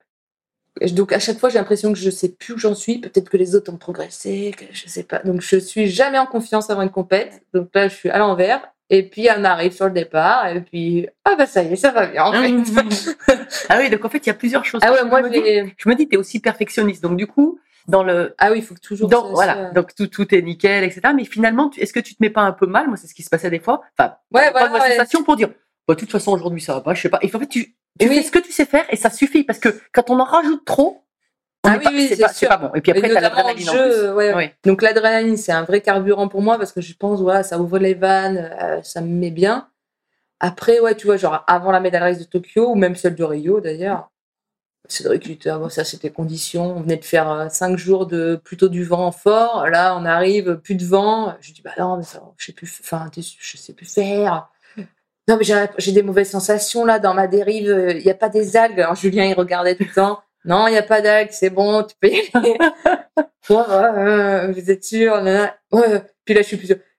S7: Et donc à chaque fois, j'ai l'impression que je sais plus où j'en suis. Peut-être que les autres ont progressé, que je sais pas. Donc je suis jamais en confiance avant une compète. Donc là, je suis à l'envers. Et puis elle arrive sur le départ, et puis ah bah ça y est, ça va bien en fait.
S6: Ah oui, donc en fait, il y a plusieurs choses.
S7: Ah ouais, moi
S6: je me dis,
S7: j'ai.
S6: je me dis, t'es aussi perfectionniste. Donc du coup, dans le,
S7: Ah oui, il faut que toujours.
S6: dans,
S7: ça
S6: voilà,
S7: soit-
S6: donc tout, tout est nickel, et cetera. Mais finalement, tu, est-ce que tu te mets pas un peu mal? Moi, c'est ce qui se passait des fois. Enfin,
S7: Ouais,
S6: pas
S7: voilà,
S6: de
S7: ouais.
S6: sensation pour dire, bah, de toute façon, aujourd'hui, ça va pas, je sais pas. Et en fait, tu, tu
S7: Oui.
S6: fais ce que tu sais faire et ça suffit parce que quand on en rajoute trop, on
S7: Ah
S6: est
S7: oui,
S6: pas,
S7: oui,
S6: c'est
S7: c'est
S6: pas, c'est
S7: sûr.
S6: pas bon. Et puis après,
S7: Et
S6: t'as
S7: notamment en
S6: l'adrénaline en
S7: jeu,
S6: plus.
S7: euh, ouais.
S6: Ouais.
S7: Donc l'adrénaline, c'est un vrai carburant pour moi parce que je pense, voilà, ça ouvre les vannes, euh, ça me met bien. Après, ouais, tu vois, genre avant la medal race de Tokyo ou même celle de Rio d'ailleurs, Cédric, il était, ah, bon, ça c'était condition. On venait de faire euh, cinq jours de plutôt du vent fort. Là, on arrive, plus de vent. Je dis, bah non, mais ça, je sais plus, enfin, je sais plus faire. Non, mais j'ai, j'ai des mauvaises sensations là dans ma dérive. Il n'y a pas des algues. Alors Julien, il regardait tout le temps. Non, il n'y a pas d'algues, c'est bon, tu peux y aller. Ouais, ouais, ouais, vous êtes sûr? Nanana. Ouais. Puis là, je suis plus sûre.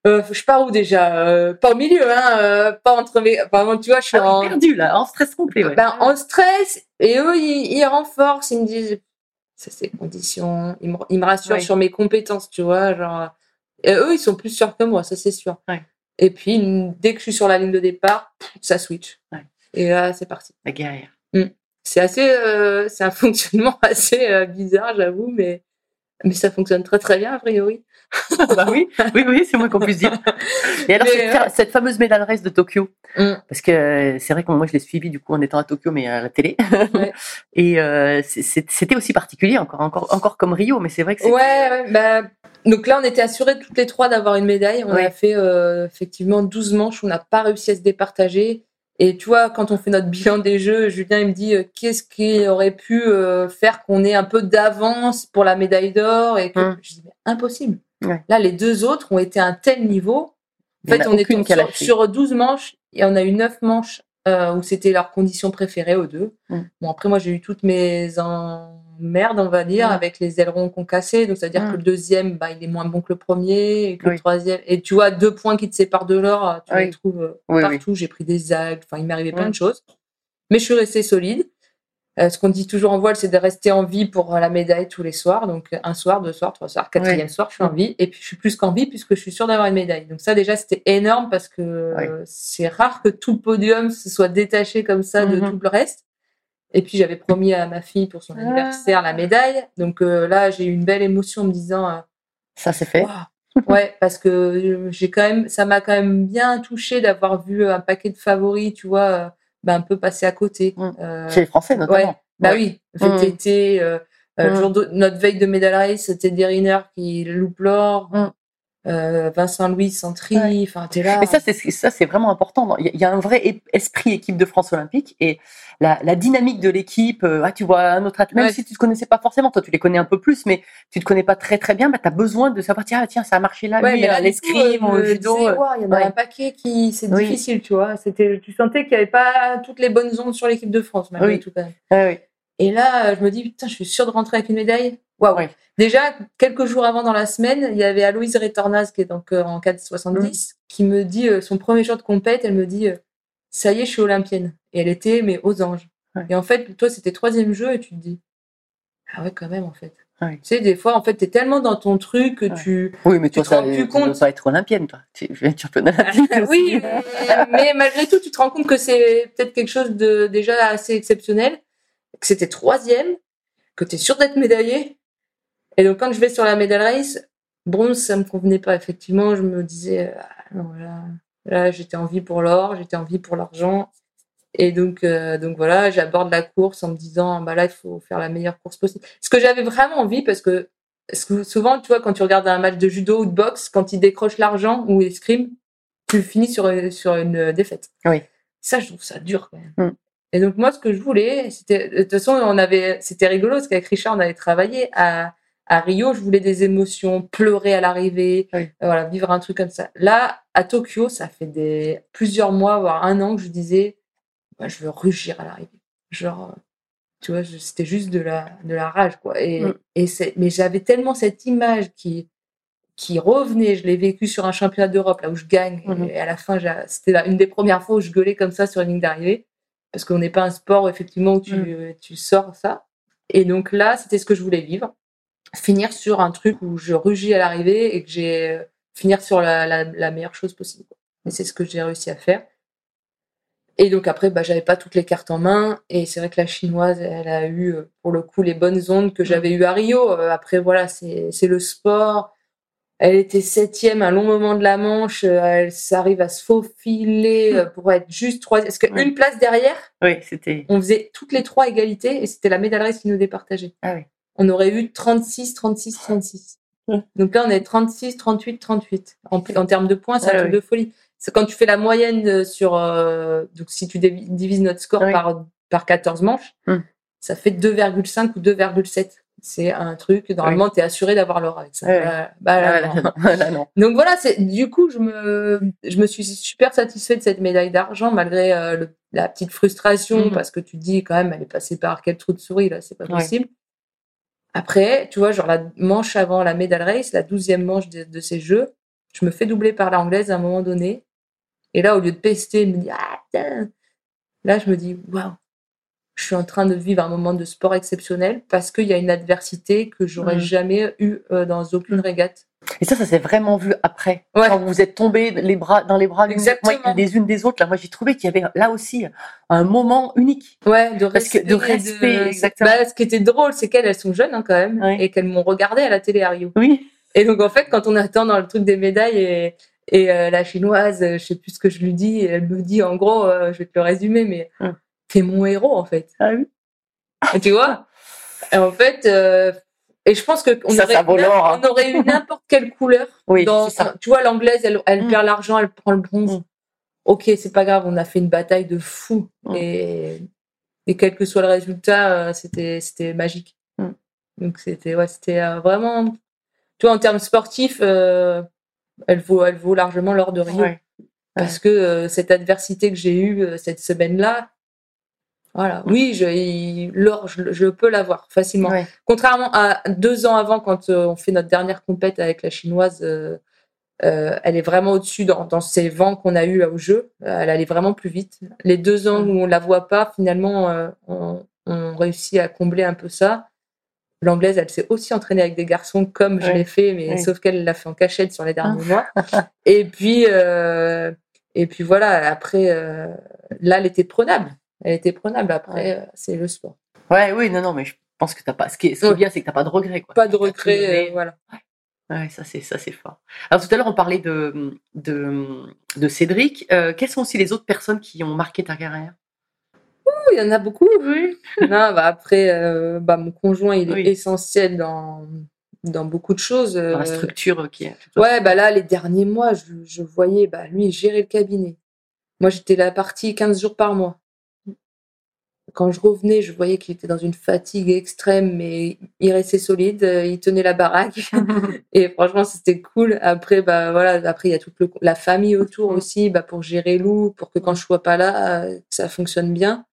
S7: Euh, je pars où déjà euh, Pas au milieu, hein, euh, pas entre mes. Enfin, tu vois, je suis
S6: ah,
S7: en
S6: perdu là, en stress complet. Ouais.
S7: Ben, en stress. Et eux, ils, ils renforcent, ils me disent, ça c'est conditions. Ils me, ils me rassurent
S6: Ouais.
S7: sur mes compétences, tu vois, genre. Et eux, ils sont plus sûrs que moi, ça c'est sûr.
S6: Ouais.
S7: Et puis, dès que je suis sur la ligne de départ, ça switch.
S6: Ouais.
S7: Et là, c'est parti.
S6: La guerrière.
S7: Mm. C'est assez, euh, c'est un fonctionnement assez euh, bizarre, j'avoue, mais mais ça fonctionne très très bien a priori.
S6: Bah oui, oui, oui, c'est moins qu'on puisse dire. Et alors,
S7: Mais,
S6: cette,
S7: ouais.
S6: cette fameuse medal race de Tokyo,
S7: Mm.
S6: parce que euh, c'est vrai que moi je l'ai suivi du coup en étant à Tokyo, mais à la télé.
S7: Ouais.
S6: Et euh, c'est- c'est- c'était aussi particulier, encore, encore, encore comme Rio, mais c'est vrai que c'est.
S7: Ouais, ouais, bah, donc là, on était assurés toutes les trois d'avoir une médaille. On
S6: Ouais.
S7: a fait euh, effectivement douze manches, on n'a pas réussi à se départager. Et tu vois, quand on fait notre bilan des jeux, Julien, il me dit euh, qu'est-ce qui aurait pu euh, faire qu'on ait un peu d'avance pour la médaille d'or et que...
S6: Hum.
S7: Je dis, mais impossible.
S6: Ouais.
S7: Là, les deux autres ont été à un tel niveau. En
S6: Il y en
S7: fait,
S6: a
S7: on
S6: aucune
S7: était
S6: qui a
S7: sur,
S6: lâché.
S7: sur douze manches et on a eu neuf manches euh, où c'était leur condition préférée aux deux.
S6: Hum.
S7: Bon, après, moi, j'ai eu toutes mes emmerdes, on va dire,
S6: Hum.
S7: avec les ailerons qu'on cassait. Donc, c'est-à-dire
S6: Hum.
S7: que le deuxième, bah, il est moins bon que le premier, et que
S6: Oui.
S7: le troisième. Et tu vois, deux points qui te séparent de l'or, tu
S6: Oui.
S7: les trouves euh,
S6: Oui,
S7: partout. J'ai pris des algues. Enfin, il m'est arrivé plein
S6: Hum.
S7: de choses. Mais je suis restée solide. Euh, ce qu'on dit toujours en voile, c'est de rester en vie pour euh, la médaille tous les soirs. Donc, un soir, deux soirs, trois soirs, quatrième soir, je suis en vie. Et puis, je suis plus qu'en vie puisque je suis sûre d'avoir une médaille. Donc, ça, déjà, c'était énorme parce que
S6: Ouais.
S7: euh, c'est rare que tout le podium se soit détaché comme ça de
S6: Mhm.
S7: tout le reste. Et puis, j'avais promis à ma fille pour son anniversaire la médaille. Donc, euh, là, j'ai eu une belle émotion en me disant, euh,
S6: Ça c'est fait.
S7: waouh. Ouais, parce que euh, j'ai quand même, ça m'a quand même bien touchée d'avoir vu un paquet de favoris, tu vois, euh, bah, un peu passer à côté.
S6: Mm.
S7: Euh,
S6: Chez les Français notamment.
S7: Ouais, bah
S6: Ouais.
S7: oui,
S6: Mm.
S7: V T T, euh, euh, le
S6: Mm.
S7: jour de notre veille de medal race, c'était Derriner qui loupe l'or,
S6: Mm.
S7: euh, Vincent Louis Santry,
S6: Ouais.
S7: enfin t'es là.
S6: Mais ça, c'est ça, c'est vraiment important. Il y, a- il y a un vrai é- esprit équipe de France olympique et la, la dynamique de l'équipe. euh, ah, tu vois un autre athlète, même
S7: Ouais.
S6: si tu te connaissais pas forcément, toi tu les connais un peu plus, mais tu te connais pas très très bien, bah t'as besoin de savoir tiens, tiens, ça a marché là,
S7: Ouais,
S6: lui,
S7: mais là,
S6: à
S7: du
S6: l'escrime,
S7: coup, euh,
S6: au
S7: je me
S6: judo.
S7: disais,
S6: euh,
S7: ouah, il y en a
S6: ouais.
S7: un paquet qui, c'est
S6: Oui.
S7: difficile, tu vois. C'était, tu sentais qu'il y avait pas toutes les bonnes ondes sur l'équipe de France, malgré
S6: Oui.
S7: tout quand même.
S6: Ouais, ouais.
S7: Et là, euh, je me dis, putain, je suis sûre de rentrer avec une médaille. Waouh.
S6: Ouais.
S7: Déjà, quelques jours avant dans la semaine, il y avait Aloïse Retornaz, qui est donc euh, en quatre soixante-dix, qui me dit, euh, son premier jour de compète, elle me dit, euh, ça y est, je suis olympienne. Et elle était, mais aux anges.
S6: Ouais.
S7: Et en fait, toi, c'était troisième jeu, et tu te dis, ah ouais, quand même, en fait.
S6: Ouais.
S7: Tu sais, des fois, en fait, t'es tellement dans ton truc que
S6: Ouais.
S7: tu...
S6: Oui, mais
S7: Tu
S6: toi,
S7: te
S6: ça,
S7: rends plus
S6: tu
S7: compte.
S6: veux pas être olympienne, toi. Tu veux être championne olympique.
S7: oui,
S6: aussi.
S7: mais, mais malgré tout, tu te rends compte que c'est peut-être quelque chose de déjà assez exceptionnel, que c'était troisième, que t'es sûr d'être médaillé. Et donc, quand je vais sur la medal race, bronze, ça me convenait pas. Effectivement, je me disais, ah, non, là, là, j'étais en vie pour l'or, j'étais en vie pour l'argent. Et donc, euh, donc voilà, j'aborde la course en me disant, bah là, il faut faire la meilleure course possible. Ce que j'avais vraiment envie, parce que souvent, tu vois, quand tu regardes un match de judo ou de boxe, quand ils décrochent l'argent ou escrime, tu finis sur, sur une défaite.
S6: Oui.
S7: Ça, je trouve ça dur quand même.
S6: Mm.
S7: Et donc, moi, ce que je voulais, c'était, de toute façon, on avait, c'était rigolo, parce qu'avec Richard, on avait travaillé à, à Rio, je voulais des émotions, pleurer à l'arrivée,
S6: Oui.
S7: euh, voilà, vivre un truc comme ça. Là, à Tokyo, ça fait des, plusieurs mois, voire un an que je disais, bah, je veux rugir à l'arrivée. Genre, tu vois, je, c'était juste de la, de la rage, quoi. Et,
S6: Mm.
S7: et c'est, mais j'avais tellement cette image qui, qui revenait, je l'ai vécu sur un championnat d'Europe, là où je gagne,
S6: Mhm.
S7: et à la fin, j'ai, c'était la, une des premières fois où je gueulais comme ça sur une ligne d'arrivée, parce qu'on n'est pas un sport, effectivement, où tu,
S6: Mm.
S7: tu sors ça. Et donc là, c'était ce que je voulais vivre. Finir sur un truc où je rugis à l'arrivée et que j'ai, finir sur la, la, la meilleure chose possible, quoi. Et c'est ce que j'ai réussi à faire. Et donc après, bah, j'avais pas toutes les cartes en main. Et c'est vrai que la chinoise, elle a eu, euh, pour le coup, les bonnes ondes que j'avais eues à Rio. Euh, Après, voilà, c'est, c'est le sport. Elle était septième à un long moment de la manche. Euh, Elle s'arrive à se faufiler euh, pour être juste troisième. Parce qu'une
S6: Oui.
S7: place derrière,
S6: Oui, c'était.
S7: on faisait toutes les trois égalités et c'était la medal race qui nous départageait.
S6: Ah oui.
S7: On aurait eu trente-six, trente-six, trente-six.
S6: Ouais.
S7: Donc là, on est trente-six, trente-huit, trente-huit. En, en termes de points, c'est un
S6: Ouais,
S7: truc
S6: ouais.
S7: de folie. C'est quand tu fais la moyenne sur, euh, donc si tu div- divises notre score
S6: Ouais.
S7: par, par quatorze manches,
S6: Mm.
S7: ça fait deux virgule cinq ou deux virgule sept. C'est un truc, normalement, t'es assuré d'avoir l'or avec ça.
S6: Ouais.
S7: Bah, bah,
S6: Ah,
S7: là,
S6: là,
S7: non.
S6: non. Là, non.
S7: Donc voilà, c'est, du coup, je me, je me suis super satisfaite de cette médaille d'argent, malgré euh, le, la petite frustration,
S6: Mhm.
S7: parce que tu te dis quand même, elle est passée par quel trou de souris, là, c'est pas
S6: Ouais.
S7: possible. Après, tu vois, genre la manche avant la medal race, la douzième manche de, de ces jeux, je me fais doubler par l'anglaise à un moment donné. Et là, au lieu de pester, elle me dit ah, tiens. Là, je me dis waouh, je suis en train de vivre un moment de sport exceptionnel parce qu'il y a une adversité que j'aurais mmh. jamais eue euh, dans aucune régate.
S6: Et ça, ça s'est vraiment vu après.
S7: Ouais.
S6: Quand vous êtes tombés les bras, dans les bras
S7: Exactement.
S6: des unes des autres. Là, moi, j'ai trouvé qu'il y avait là aussi un moment unique.
S7: Ouais, de respect.
S6: Parce que, de respect, de... exactement.
S7: Bah, ce qui était drôle, c'est qu'elles, elles sont jeunes hein, quand même, ouais. et qu'elles m'ont regardé à la télé à Rio.
S6: Oui.
S7: Et donc, en fait, quand on attend dans le truc des médailles et, et euh, la chinoise, je sais plus ce que je lui dis, et elle me dit, en gros, euh, je vais te le résumer, mais hum. t'es mon héros, en fait.
S6: Ah oui.
S7: Et tu vois? Et en fait, euh, et je pense que on
S6: ça,
S7: aurait,
S6: ça hein.
S7: on aurait eu n'importe quelle couleur.
S6: Oui,
S7: dans,
S6: c'est ça.
S7: Tu vois, l'anglaise, elle, elle mmh. perd l'argent, elle prend le bronze. Mmh. Ok, c'est pas grave, on a fait une bataille de fou. Mmh. Et, et quel que soit le résultat, c'était, c'était magique. Mmh. Donc, c'était, ouais, c'était euh, vraiment. Tu vois, en termes sportifs, euh, elle, vaut, elle vaut largement l'or de Rio. Ouais. Parce ouais. que euh, cette adversité que j'ai eue euh, cette semaine-là, voilà. Oui, je, il, l'or, je, je peux l'avoir facilement. Ouais. Contrairement à deux ans avant, quand euh, on fait notre dernière compète avec la chinoise, euh, euh, elle est vraiment au-dessus dans, dans ces vents qu'on a eu là au jeu. Elle allait vraiment plus vite. Les deux ans où on la voit pas, finalement, euh, on, on réussit à combler un peu ça. L'anglaise, elle s'est aussi entraînée avec des garçons comme ouais. je l'ai fait, mais ouais. sauf qu'elle l'a fait en cachette sur les derniers mois. Et puis, euh, et puis voilà. Après, euh, là, elle était prenable. Elle était prenable. Après, ouais. c'est le sport.
S6: Ouais, oui, non, non, mais je pense que t'as pas. Ce qui est, ce qui est ouais. bien, c'est que t'as pas de regrets, quoi.
S7: Pas de regrets, euh, voilà.
S6: Ouais, ça c'est ça c'est fort. Alors tout à l'heure, on parlait de de de Cédric. Euh, quelles sont aussi les autres personnes qui ont marqué ta carrière?
S7: Ouh, il y en a beaucoup. Oui. non, bah après, euh, bah mon conjoint, il est oui. essentiel dans dans beaucoup de choses.
S6: Dans la structure qui est.
S7: Ouais, bah là, les derniers mois, je, je voyais, bah lui, gérer le cabinet. Moi, j'étais là partie quinze jours par mois. Quand je revenais, je voyais qu'il était dans une fatigue extrême, mais il restait solide, il tenait la baraque. Et franchement, c'était cool. Après, bah voilà, après il y a toute le, la famille autour aussi, bah pour gérer Lou, pour que quand je sois pas là, ça fonctionne bien.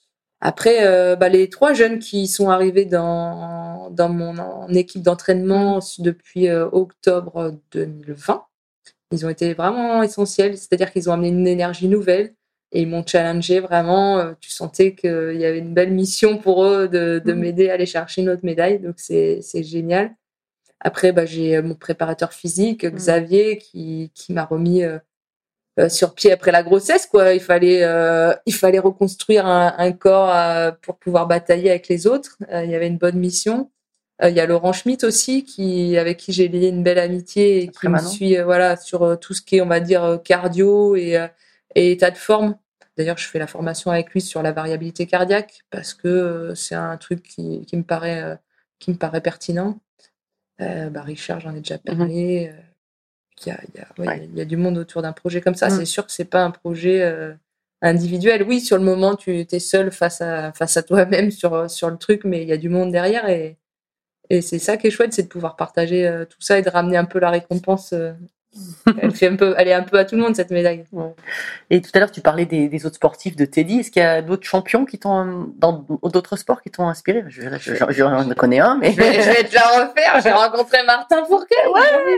S7: Après, euh, bah les trois jeunes qui sont arrivés dans dans mon en équipe d'entraînement depuis euh, octobre deux mille vingt, ils ont été vraiment essentiels. C'est-à-dire qu'ils ont amené une énergie nouvelle. Et ils m'ont challengé vraiment. Tu sentais qu'il y avait une belle mission pour eux de, de mmh. m'aider à aller chercher une autre médaille. Donc, c'est, c'est génial. Après, bah, j'ai mon préparateur physique, mmh. Xavier, qui, qui m'a remis euh, euh, sur pied après la grossesse, quoi. Il fallait, euh, il fallait reconstruire un, un corps euh, pour pouvoir batailler avec les autres. Euh, il y avait une bonne mission. Euh, il y a Laurent Schmitt aussi, qui, avec qui j'ai lié une belle amitié et qui me suit euh, voilà, sur euh, tout ce qui est, on va dire, cardio et... Euh, et état de forme. D'ailleurs, je fais la formation avec lui sur la variabilité cardiaque parce que euh, c'est un truc qui, qui me paraît euh, qui me paraît pertinent. Euh, bah Richard, j'en ai déjà parlé. Il euh, y, a, y, a, ouais, ouais. y, y a du monde autour d'un projet comme ça. Mmh. C'est sûr que c'est pas un projet euh, individuel. Oui, sur le moment, tu es seul face à face à toi-même sur sur le truc, mais il y a du monde derrière et et c'est ça qui est chouette, c'est de pouvoir partager euh, tout ça et de ramener un peu la récompense. Euh, elle fait un peu, elle est un peu à tout le monde cette médaille.
S6: Ouais. Et tout à l'heure tu parlais des, des autres sportifs de Teddy. Est-ce qu'il y a d'autres champions qui t'ont dans d'autres sports qui t'ont inspiré? Je, je, je, je en connais un, mais
S7: je vais, je vais te la refaire. J'ai rencontré Martin Fourcade.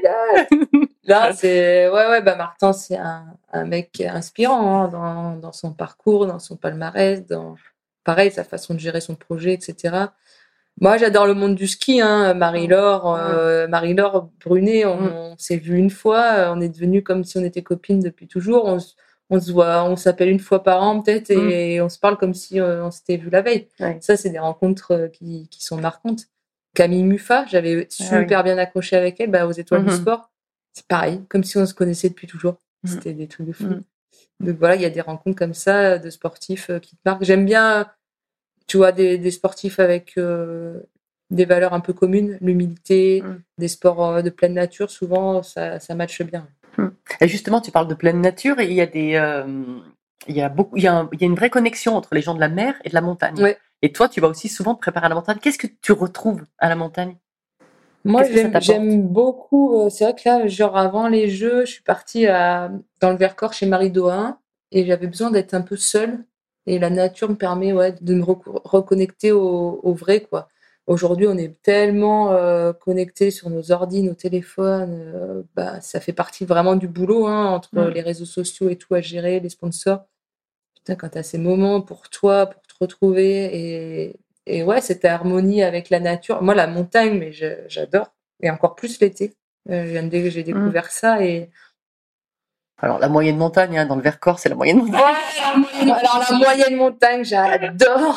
S7: Ouais. Là, c'est ouais, ouais. Bah Martin, c'est un, un mec inspirant hein, dans, dans son parcours, dans son palmarès, dans pareil sa façon de gérer son projet, et cetera. Moi, j'adore le monde du ski, hein. Marie-Laure, euh, Marie-Laure Brunet, on, on s'est vu une fois, on est devenus comme si on était copines depuis toujours. On, on se voit, on s'appelle une fois par an peut-être et mm. on se parle comme si on, on s'était vu la veille. Ouais. Ça, c'est des rencontres qui, qui sont marquantes. Camille Muffat, j'avais super ah, oui. bien accroché avec elle, bah, aux Étoiles mm-hmm. du Sport. C'est pareil, comme si on se connaissait depuis toujours. Mm. C'était des trucs de fou. Mm. Donc voilà, il y a des rencontres comme ça de sportifs qui te marquent. J'aime bien. Tu vois, des, des sportifs avec euh, des valeurs un peu communes, l'humilité, mmh. des sports euh, de pleine nature, souvent, ça, ça matche bien.
S6: Mmh. Et justement, tu parles de pleine nature et il y a des, euh, il y a beaucoup, il y a, un, il y a une vraie connexion entre les gens de la mer et de la montagne.
S7: Ouais.
S6: Et toi, tu vas aussi souvent te préparer à la montagne. Qu'est-ce que tu retrouves à la montagne?
S7: Moi, j'aime, j'aime beaucoup. Euh, c'est vrai que là, genre avant les Jeux, je suis partie à, dans le Vercors chez Marie Dohain et j'avais besoin d'être un peu seule. Et la nature me permet ouais, de me rec- reconnecter au, au vrai, quoi. aujourd'hui, on est tellement euh, connectés sur nos ordi, nos téléphones. Euh, bah, ça fait partie vraiment du boulot, hein, entre
S6: Mm.
S7: les réseaux sociaux et tout à gérer, les sponsors. Putain, quand tu as ces moments pour toi, pour te retrouver et, et ouais, cette harmonie avec la nature. Moi, la montagne, mais je, j'adore. Et encore plus l'été. Euh, je viens de- j'ai découvert mm. ça et
S6: alors, la moyenne montagne, hein, dans le Vercors, c'est la moyenne montagne.
S7: Ouais, la moyenne, alors, la moyenne montagne, j'adore.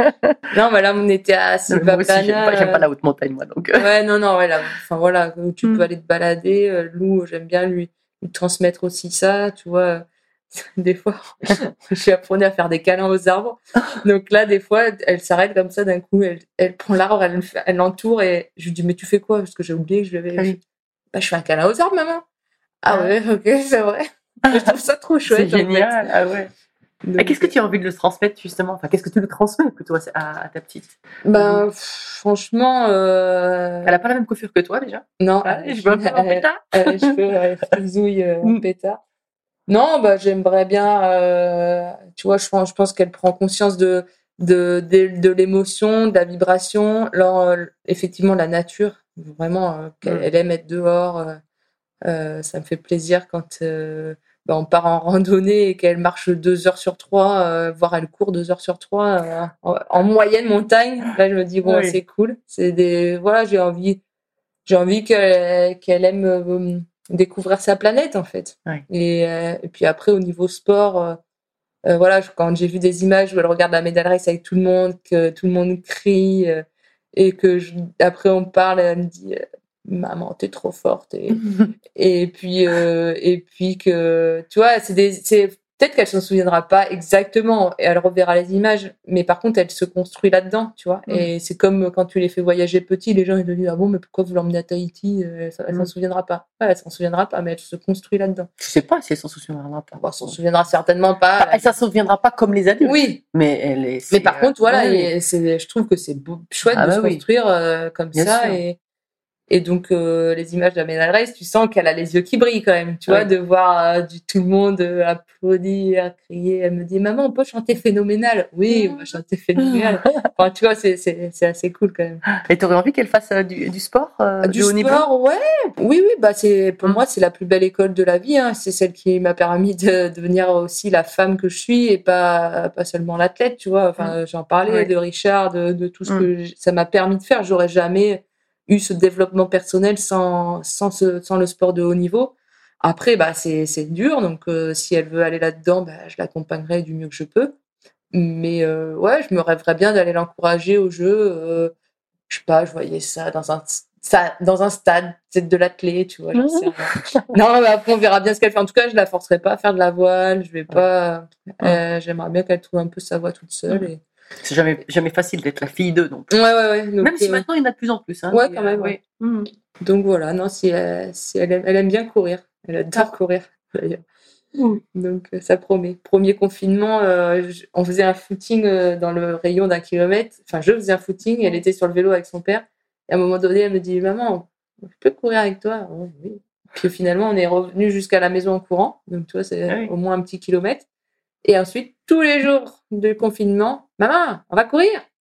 S7: Non, mais là, on était à Silvaplana.
S6: Moi aussi, j'aime pas, j'aime pas la haute montagne, moi. Donc.
S7: Ouais, non, non, ouais, là, enfin, voilà, où tu mm. peux aller te balader. Euh, Lou, j'aime bien lui, lui transmettre aussi ça, tu vois. Des fois, j'ai appris à faire des câlins aux arbres. Donc là, des fois, elle s'arrête comme ça, d'un coup, elle, elle prend l'arbre, elle, elle l'entoure et je lui dis, mais tu fais quoi? Parce que j'ai oublié que je lui avais. Oui. Bah, je fais un câlin aux arbres, maman. Ah ouais, ok, c'est vrai. Je trouve ça trop chouette.
S6: C'est génial,
S7: en fait.
S6: Ah ouais. Donc, et qu'est-ce que tu as envie de le transmettre justement? Enfin, qu'est-ce que tu lui transmets plutôt à, à, à ta petite?
S7: Ben, mmh. franchement, euh...
S6: elle a pas la même coiffure que toi déjà?
S7: Non,
S6: ah, je veux un peu en pétard.
S7: Elle a les cheveux euh, frisouille euh, en pétard. Non, bah j'aimerais bien. Euh... Tu vois, je pense, je pense qu'elle prend conscience de de de, de l'émotion, de la vibration. Alors, effectivement, la nature, vraiment, euh, qu'elle mmh. elle aime être dehors. Euh... Euh, ça me fait plaisir quand euh, bah, on part en randonnée et qu'elle marche deux heures sur trois, euh, voire elle court deux heures sur trois euh, en, en moyenne montagne. Là, je me dis bon, oui. c'est cool. C'est des voilà, j'ai envie, j'ai envie qu'elle, qu'elle aime euh, découvrir sa planète en fait.
S6: Oui.
S7: Et, euh, et puis après, au niveau sport, euh, euh, voilà, quand j'ai vu des images où elle regarde la medal race avec tout le monde, que tout le monde crie euh, et que je, après on parle, elle me dit. Euh, maman t'es trop forte et et puis euh, et puis que tu vois c'est des c'est peut-être qu'elle s'en souviendra pas exactement et elle reverra les images mais par contre elle se construit là-dedans tu vois mm. et c'est comme quand tu les fais voyager petit les gens ils te disent ah bon mais pourquoi vous l'emmenez à Tahiti elle, elle mm. s'en souviendra pas ouais elle s'en souviendra pas mais elle se construit là-dedans
S6: je sais pas si elle s'en souviendra pas
S7: bon, elle s'en souviendra certainement pas
S6: elle s'en souviendra pas comme les adultes
S7: oui
S6: mais elle est
S7: mais par
S6: euh,
S7: contre voilà
S6: ouais.
S7: et c'est je trouve que c'est beau, chouette ah, de bah se oui. construire euh, comme Bien ça sûr. et Et donc, euh, les images de la medal race, tu sens qu'elle a les yeux qui brillent quand même, tu ouais. vois, de voir euh, du, tout le monde euh, applaudir, crier. Elle me dit, maman, on peut chanter phénoménal. Oui, on va chanter phénoménal. Enfin, tu vois, c'est, c'est, c'est assez cool quand même.
S6: Et t'aurais envie qu'elle fasse euh, du, du sport euh,
S7: Du, du haut sport, niveau ouais. Oui, oui, bah, c'est, pour mmh. moi, c'est la plus belle école de la vie. Hein. C'est celle qui m'a permis de, de devenir aussi la femme que je suis et pas, pas seulement l'athlète, tu vois. Enfin, mmh. j'en parlais ouais. de Richard, de, de tout ce mmh. que j- ça m'a permis de faire. J'aurais jamais eu ce développement personnel sans sans ce, sans le sport de haut niveau. Après bah c'est c'est dur donc euh, si elle veut aller là-dedans bah je l'accompagnerai du mieux que je peux. Mais euh, ouais, je me rêverais bien d'aller l'encourager au jeu euh, je sais pas, je voyais ça dans un ça dans un stade, c'est de l'athlé, tu vois, j'en sais rien. Non, mais après on verra bien ce qu'elle fait. En tout cas, je la forcerai pas à faire de la voile, je vais pas ouais. euh, j'aimerais bien qu'elle trouve un peu sa voie toute seule et
S6: c'est jamais, jamais facile d'être la fille d'eux, donc.
S7: Ouais, ouais, ouais. Donc,
S6: même si
S7: euh...
S6: maintenant, il y en a de plus en plus. Hein,
S7: ouais, quand même. Ouais.
S6: Mmh.
S7: Donc voilà, non, si, euh, si elle, aime, elle aime bien courir. Elle adore courir, d'ailleurs. Mmh. Donc euh, ça promet. Premier confinement, euh, je, on faisait un footing euh, dans le rayon d'un kilomètre. Enfin, je faisais un footing et elle était sur le vélo avec son père. Et à un moment donné, elle me dit, maman, je peux courir avec toi? Oh, oui. Puis finalement, on est revenu jusqu'à la maison en courant. Donc tu vois, c'est ah oui. au moins un petit kilomètre. Et ensuite, tous les jours de confinement, maman, on va courir.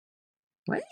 S7: Ouais.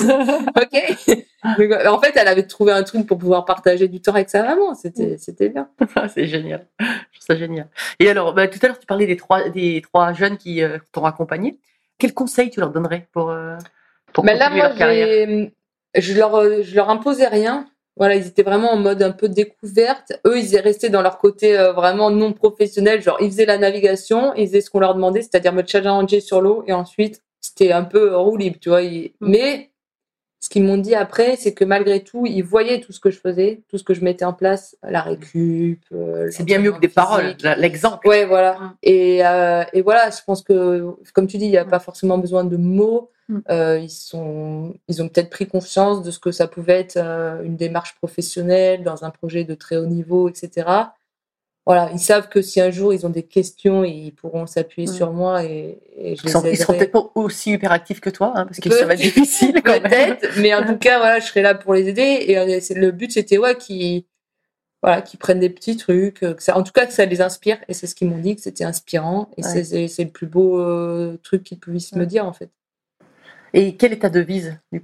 S7: Ok. Donc, en fait, elle avait trouvé un truc pour pouvoir partager du temps avec sa maman. C'était, c'était bien.
S6: C'est génial. Je trouve ça génial. Et alors, bah, tout à l'heure, tu parlais des trois, des trois jeunes qui euh, t'ont accompagné. Quels conseils tu leur donnerais pour, euh, pour
S7: bah
S6: continuer
S7: là, moi,
S6: leur carrière?
S7: j'ai, je leur, je leur imposais rien. Voilà, ils étaient vraiment en mode un peu découverte. Eux, ils étaient restés dans leur côté euh, vraiment non professionnel. Genre, ils faisaient la navigation, ils faisaient ce qu'on leur demandait, c'est-à-dire me challenger sur l'eau. Et ensuite, c'était un peu roue libre, tu vois. Ils... Mmh. Mais ce qu'ils m'ont dit après, c'est que malgré tout, ils voyaient tout ce que je faisais, tout ce que je mettais en place, la récup. Euh,
S6: c'est bien mieux que des physique. Paroles, l'exemple.
S7: Ouais, voilà. Mmh. Et, euh, et voilà, je pense que, comme tu dis, il n'y a mmh. pas forcément besoin de mots. Euh, ils sont, ils ont peut-être pris conscience de ce que ça pouvait être euh, une démarche professionnelle dans un projet de très haut niveau, et cetera. Voilà, ils savent que si un jour ils ont des questions, ils pourront s'appuyer mmh. sur moi et, et je
S6: ils, sont,
S7: les
S6: ils seront peut-être pas aussi hyperactifs que toi, hein, parce que Peut- ça va être difficile quand
S7: peut-être, même. Mais en tout cas, voilà, je serai là pour les aider. Et euh, c'est, le but, c'était ouais, qu'ils, voilà, qu'ils prennent des petits trucs, que ça, en tout cas que ça les inspire. Et c'est ce qu'ils m'ont dit, que c'était inspirant. Et ouais. c'est, c'est, c'est le plus beau euh, truc qu'ils puissent ouais. me dire, en fait.
S6: Et quelle est ta devise, du coup?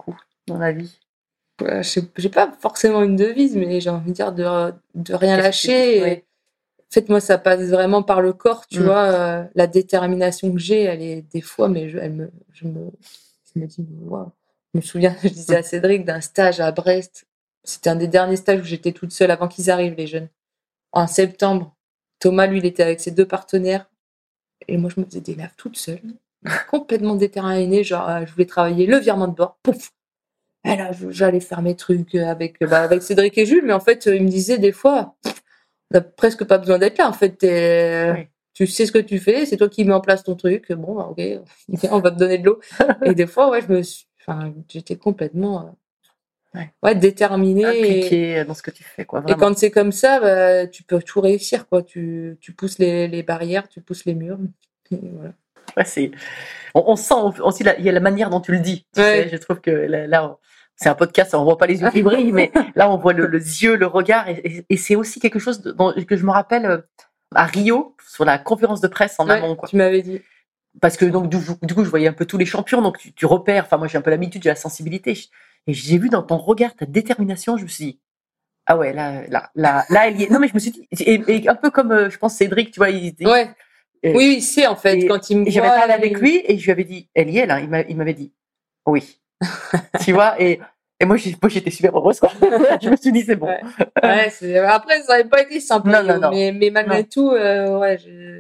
S6: dans la vie?
S7: Ouais, je sais j'ai pas forcément une devise, mais j'ai envie de dire de de rien
S6: Qu'est-ce que tu
S7: lâcher
S6: ouais.
S7: et en fait, moi, ça passe vraiment par le corps, tu
S6: Mmh.
S7: vois? Heu, la détermination que j'ai, elle est des fois, mais je elle me je me je me dis: «Waouh!» Je me souviens, je disais
S6: Mmh.
S7: à Cédric d'un stage à Brest. C'était un des derniers stages où j'étais toute seule avant qu'ils arrivent, les jeunes. En septembre, Thomas, lui, il était avec ses deux partenaires et moi, je me faisais des naves toute seule, complètement déterminée, genre, heu, je voulais travailler le virement de bord, pouf! Et là, je j'allais faire mes trucs, heu, avec, bah, avec Cédric et Jules, mais en fait, heu, ils me disaient des fois: «Tu as presque pas besoin d'être là, en fait, tu es
S6: Oui.
S7: tu sais ce que tu fais, c'est toi qui mets en place ton truc, bon, bah, OK, on va te donner de l'eau» et des fois, ouais, je me suis enfin, j'étais complètement, heu,
S6: Ouais.
S7: ouais, déterminée et
S6: Impliquée, heu, dans ce que tu fais, quoi,
S7: et
S6: vraiment.
S7: quand c'est comme ça, bah, tu peux tout réussir, quoi. Tu tu pousses les les barrières, tu pousses les murs et voilà.
S6: Ouais, c'est on on sent aussi la il y a la manière dont tu le dis, tu sais?
S7: Ouais.
S6: Je trouve que là là, on c'est un podcast, on voit pas les yeux qui brillent, mais là, on voit le le yeux, le regard et et et c'est aussi quelque chose de dont que je me rappelle, heu, à Rio, sur la conférence de presse en
S7: Ouais,
S6: amont, quoi.
S7: tu m'avais dit.
S6: Parce que donc du du coup, je voyais un peu tous les champions, donc tu tu repères, enfin moi j'ai un peu l'habitude, j'ai la sensibilité j et j'ai vu dans ton regard ta détermination, je me suis dit: «Ah ouais, là là là là, elle y est». Non mais je me suis dit et et un peu comme, heu, je pense Cédric, tu vois? Il dit
S7: Ouais.
S6: et
S7: Oui, oui, il sait, en fait,
S6: et
S7: quand il me
S6: et j'avais
S7: voit,
S6: parlé avec
S7: il
S6: lui et je lui avais dit: «Elle y est là?» il m'a il m'avait dit: «Oui». Tu vois? Et et moi j'ai moi j'étais super heureuse, quoi. Je me suis dit: «C'est bon».
S7: Ouais. Ouais, c'est après ça avait pas été simple,
S6: Non, non,
S7: Rio,
S6: non.
S7: mais mais malgré
S6: Non.
S7: tout, heu, ouais, je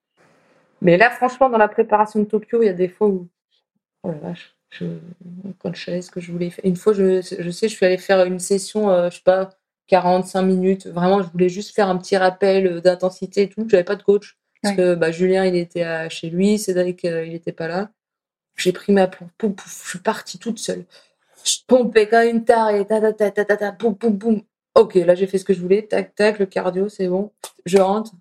S7: mais là, franchement, dans la préparation de Tokyo, il y a des fois où oh la vache, je quand je savais ce que je voulais faire une fois, je je sais, je suis allée faire une session, heu, je sais pas, quarante-cinq minutes. Vraiment, je voulais juste faire un petit rappel, heu, d'intensité et tout. J'avais pas de coach parce
S6: Ouais.
S7: que, bah, Julien, il était à chez lui, Cédric, heu, il était pas là. J'ai pris ma planche, pouf, pouf, je suis partie toute seule. Je pompais comme une tarée, ta ta ta ta ta ta, poum poum poum. OK, là, j'ai fait ce que je voulais, tac tac, le cardio, c'est bon. Je rentre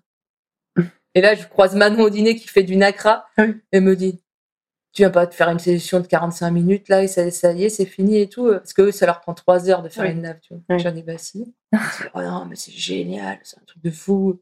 S7: et là, je croise Manon au dîner qui fait du Nacra.
S6: Oui.
S7: Elle me dit: «Tu viens pas te faire une session de quarante-cinq minutes là et ça ça y est, c'est fini et tout?» parce qu'eux, ça leur prend trois heures de faire
S6: Oui.
S7: une nave, tu vois?
S6: Oui.
S7: J'ai dit: «Bah si». Elle me dit: «Oh non, mais c'est génial, c'est un truc de fou»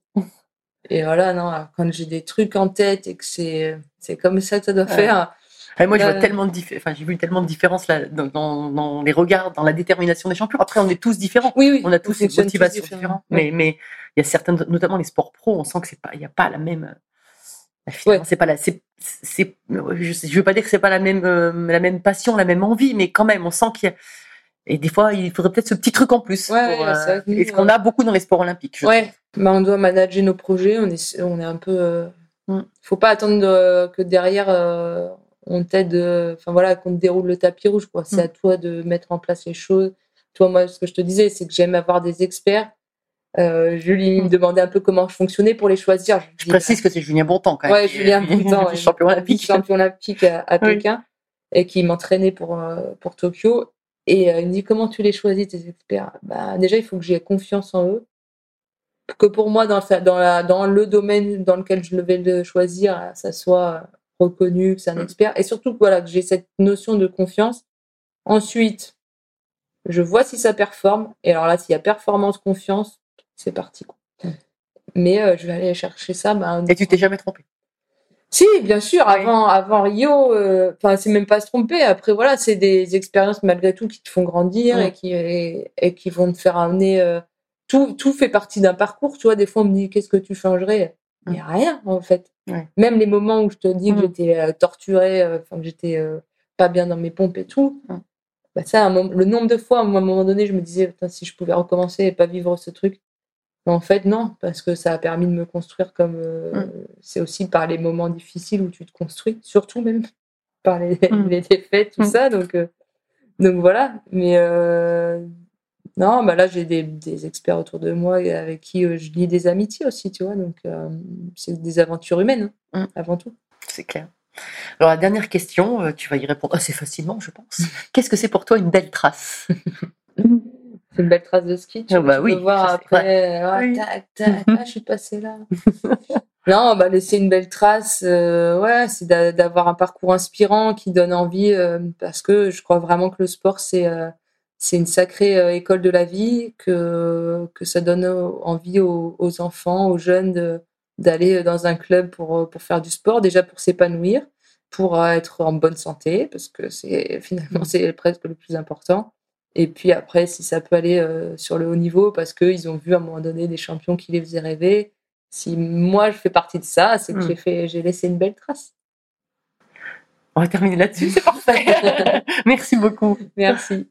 S7: et voilà, non, quand j'ai des trucs en tête et que c'est c'est comme ça que ça doit
S6: Ouais.
S7: faire.
S6: Et moi, je vois
S7: Là
S6: tellement de diffé enfin, j'ai vu tellement de différences là dans dans dans les regards, dans la détermination des champions. Après, on est tous différents.
S7: oui, oui,
S6: On a
S7: on
S6: tous ces
S7: fonctionne tous
S6: motivations
S7: différemment.
S6: différentes,
S7: Ouais.
S6: mais mais il y a certaines, notamment les sports pro, on sent que c'est pas il y a pas la même, bah, finalement,
S7: Ouais.
S6: c'est pas la c'est c'est je sais je veux pas dire que c'est pas la même, heu, la même passion, la même envie, mais quand même, on sent qu'il y a et des fois, il faudrait peut-être ce petit truc en plus
S7: Ouais,
S6: pour,
S7: ouais, c'est vrai
S6: heu
S7: que
S6: et
S7: nous,
S6: ce qu'on
S7: heu
S6: a beaucoup dans les sports olympiques, je trouve.
S7: ouais, bah, on doit manager nos projets, on est on est un peu, heu
S6: Mmh.
S7: faut pas attendre, heu, que derrière, heu, on t'aide, heu, enfin voilà, qu'on te déroule le tapis rouge, quoi. C'est
S6: Mmh.
S7: à toi de mettre en place les choses. Toi, moi, ce que je te disais, c'est que j'aime avoir des experts. Heu, Julie, il me
S6: Mmh.
S7: demandait un peu comment je fonctionnais pour les choisir. Je lui
S6: Je
S7: dis: «Bah»
S6: précise que c'est Julien Bontemps quand même
S7: ouais,
S6: qui est
S7: Julien Boutin, ouais,
S6: vice-champion
S7: notre
S6: olympique.
S7: vice-champion olympique à à
S6: Oui.
S7: Pékin et qui m'entraînait pour, heu, pour Tokyo et heu, il me dit: «Comment tu les choisis tes experts?» bah, déjà, il faut que j'aie confiance en eux. Que pour moi, dans sa dans la dans le domaine dans lequel je vais le choisir, ça soit reconnu, que c'est un
S6: Mmh.
S7: expert et surtout que voilà, que j'ai cette notion de confiance. Ensuite, je vois si ça performe et alors là, s'il y a performance, confiance, c'est parti, quoi.
S6: Mmh.
S7: Mais heu, je vais aller chercher ça, ben
S6: Et tu t'es jamais trompée?
S7: si, bien sûr,
S6: Oui.
S7: avant avant Rio, heu, enfin, c'est même pas se tromper. Après voilà, c'est des expériences malgré tout qui te font grandir
S6: Mmh.
S7: et qui et et qui vont te faire amener, heu tout tout fait partie d'un parcours, tu vois? Des fois, on me dit: «Qu'est-ce que tu changerais?» il y
S6: Mmh.
S7: a rien, en fait.
S6: Ouais.
S7: Même les moments où je te dis que
S6: Mmh.
S7: j'étais, heu, torturée, heu, enfin que j'étais, heu, pas bien dans mes pompes et tout,
S6: Mmh.
S7: bah, ça, un mom le nombre de fois où à un moment donné, je me disais: «Putain, si je pouvais recommencer et pas vivre ce truc». Mais en fait, non, parce que ça a permis de me construire comme, heu,
S6: Mmh.
S7: c'est aussi par les moments difficiles où tu te construis, surtout même par les
S6: Mmh.
S7: les défaites, tout
S6: Mmh.
S7: ça, donc heu, donc voilà. Mais heu, non, bah, là, j'ai des des experts autour de moi et avec qui, heu, je lie des amitiés aussi, tu vois? Donc hem, c'est des aventures humaines, hein,
S6: Mmh.
S7: avant tout.
S6: C'est clair. Alors la dernière question, heu, tu vas y répondre assez facilement, je pense. Qu'est-ce que c'est pour toi une belle trace?
S7: C'est une belle trace de ski,
S6: Ah
S7: tu
S6: bah
S7: tu veux
S6: oui,
S7: voir
S6: ça c'est ouais.
S7: après, ah
S6: Oui.
S7: tac, tac, ah je suis passée là. Non, bah, laisser une belle trace, heu, ouais, c'est d'a d'avoir un parcours inspirant qui donne envie, hem, parce que je crois vraiment que le sport c'est, heu, c'est une sacrée, heu, école de la vie, que que ça donne, heu, envie aux aux enfants, aux jeunes de d'aller, dans un club pour, heu, pour faire du sport, déjà pour s'épanouir pour être en bonne santé, parce que c'est finalement, c'est presque le plus important. Et puis après, si ça peut aller euh, sur le haut niveau, parce qu'ils ont vu à un moment donné des champions qui les faisaient rêver. Si moi, je fais partie de ça, c'est que mmh. j'ai, fait, j'ai laissé une belle trace.
S6: On va terminer là-dessus, c'est parfait. Merci beaucoup.
S7: Merci.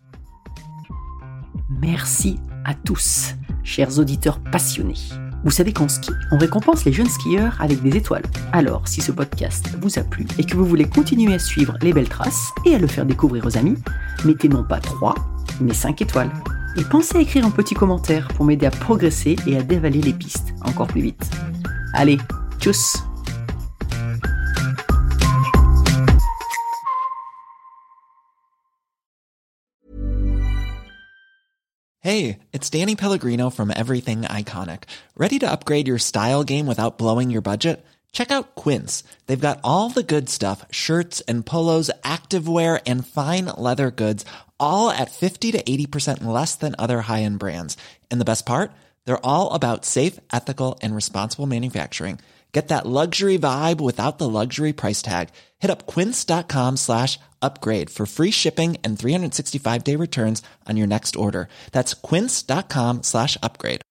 S6: Merci à tous, chers auditeurs passionnés. Vous savez qu'en ski, on récompense les jeunes skieurs avec des étoiles. Alors, si ce podcast vous a plu et que vous voulez continuer à suivre les belles traces et à le faire découvrir aux amis, mettez non pas trois, mais cinq étoiles. Et pensez à écrire un petit commentaire pour m'aider à progresser et à dévaler les pistes encore plus vite. Allez, tchuss!
S8: Hey, it's Danny Pellegrino from Everything Iconic. Ready to upgrade your style game without blowing your budget? Check out Quince. They've got all the good stuff, shirts and polos, activewear, and fine leather goods, all at fifty to eighty percent less than other high-end brands. And the best part? They're all about safe, ethical, and responsible manufacturing. Get that luxury vibe without the luxury price tag. Hit up quince.com slash upgrade for free shipping and three sixty-five day returns on your next order. That's quince.com slash upgrade.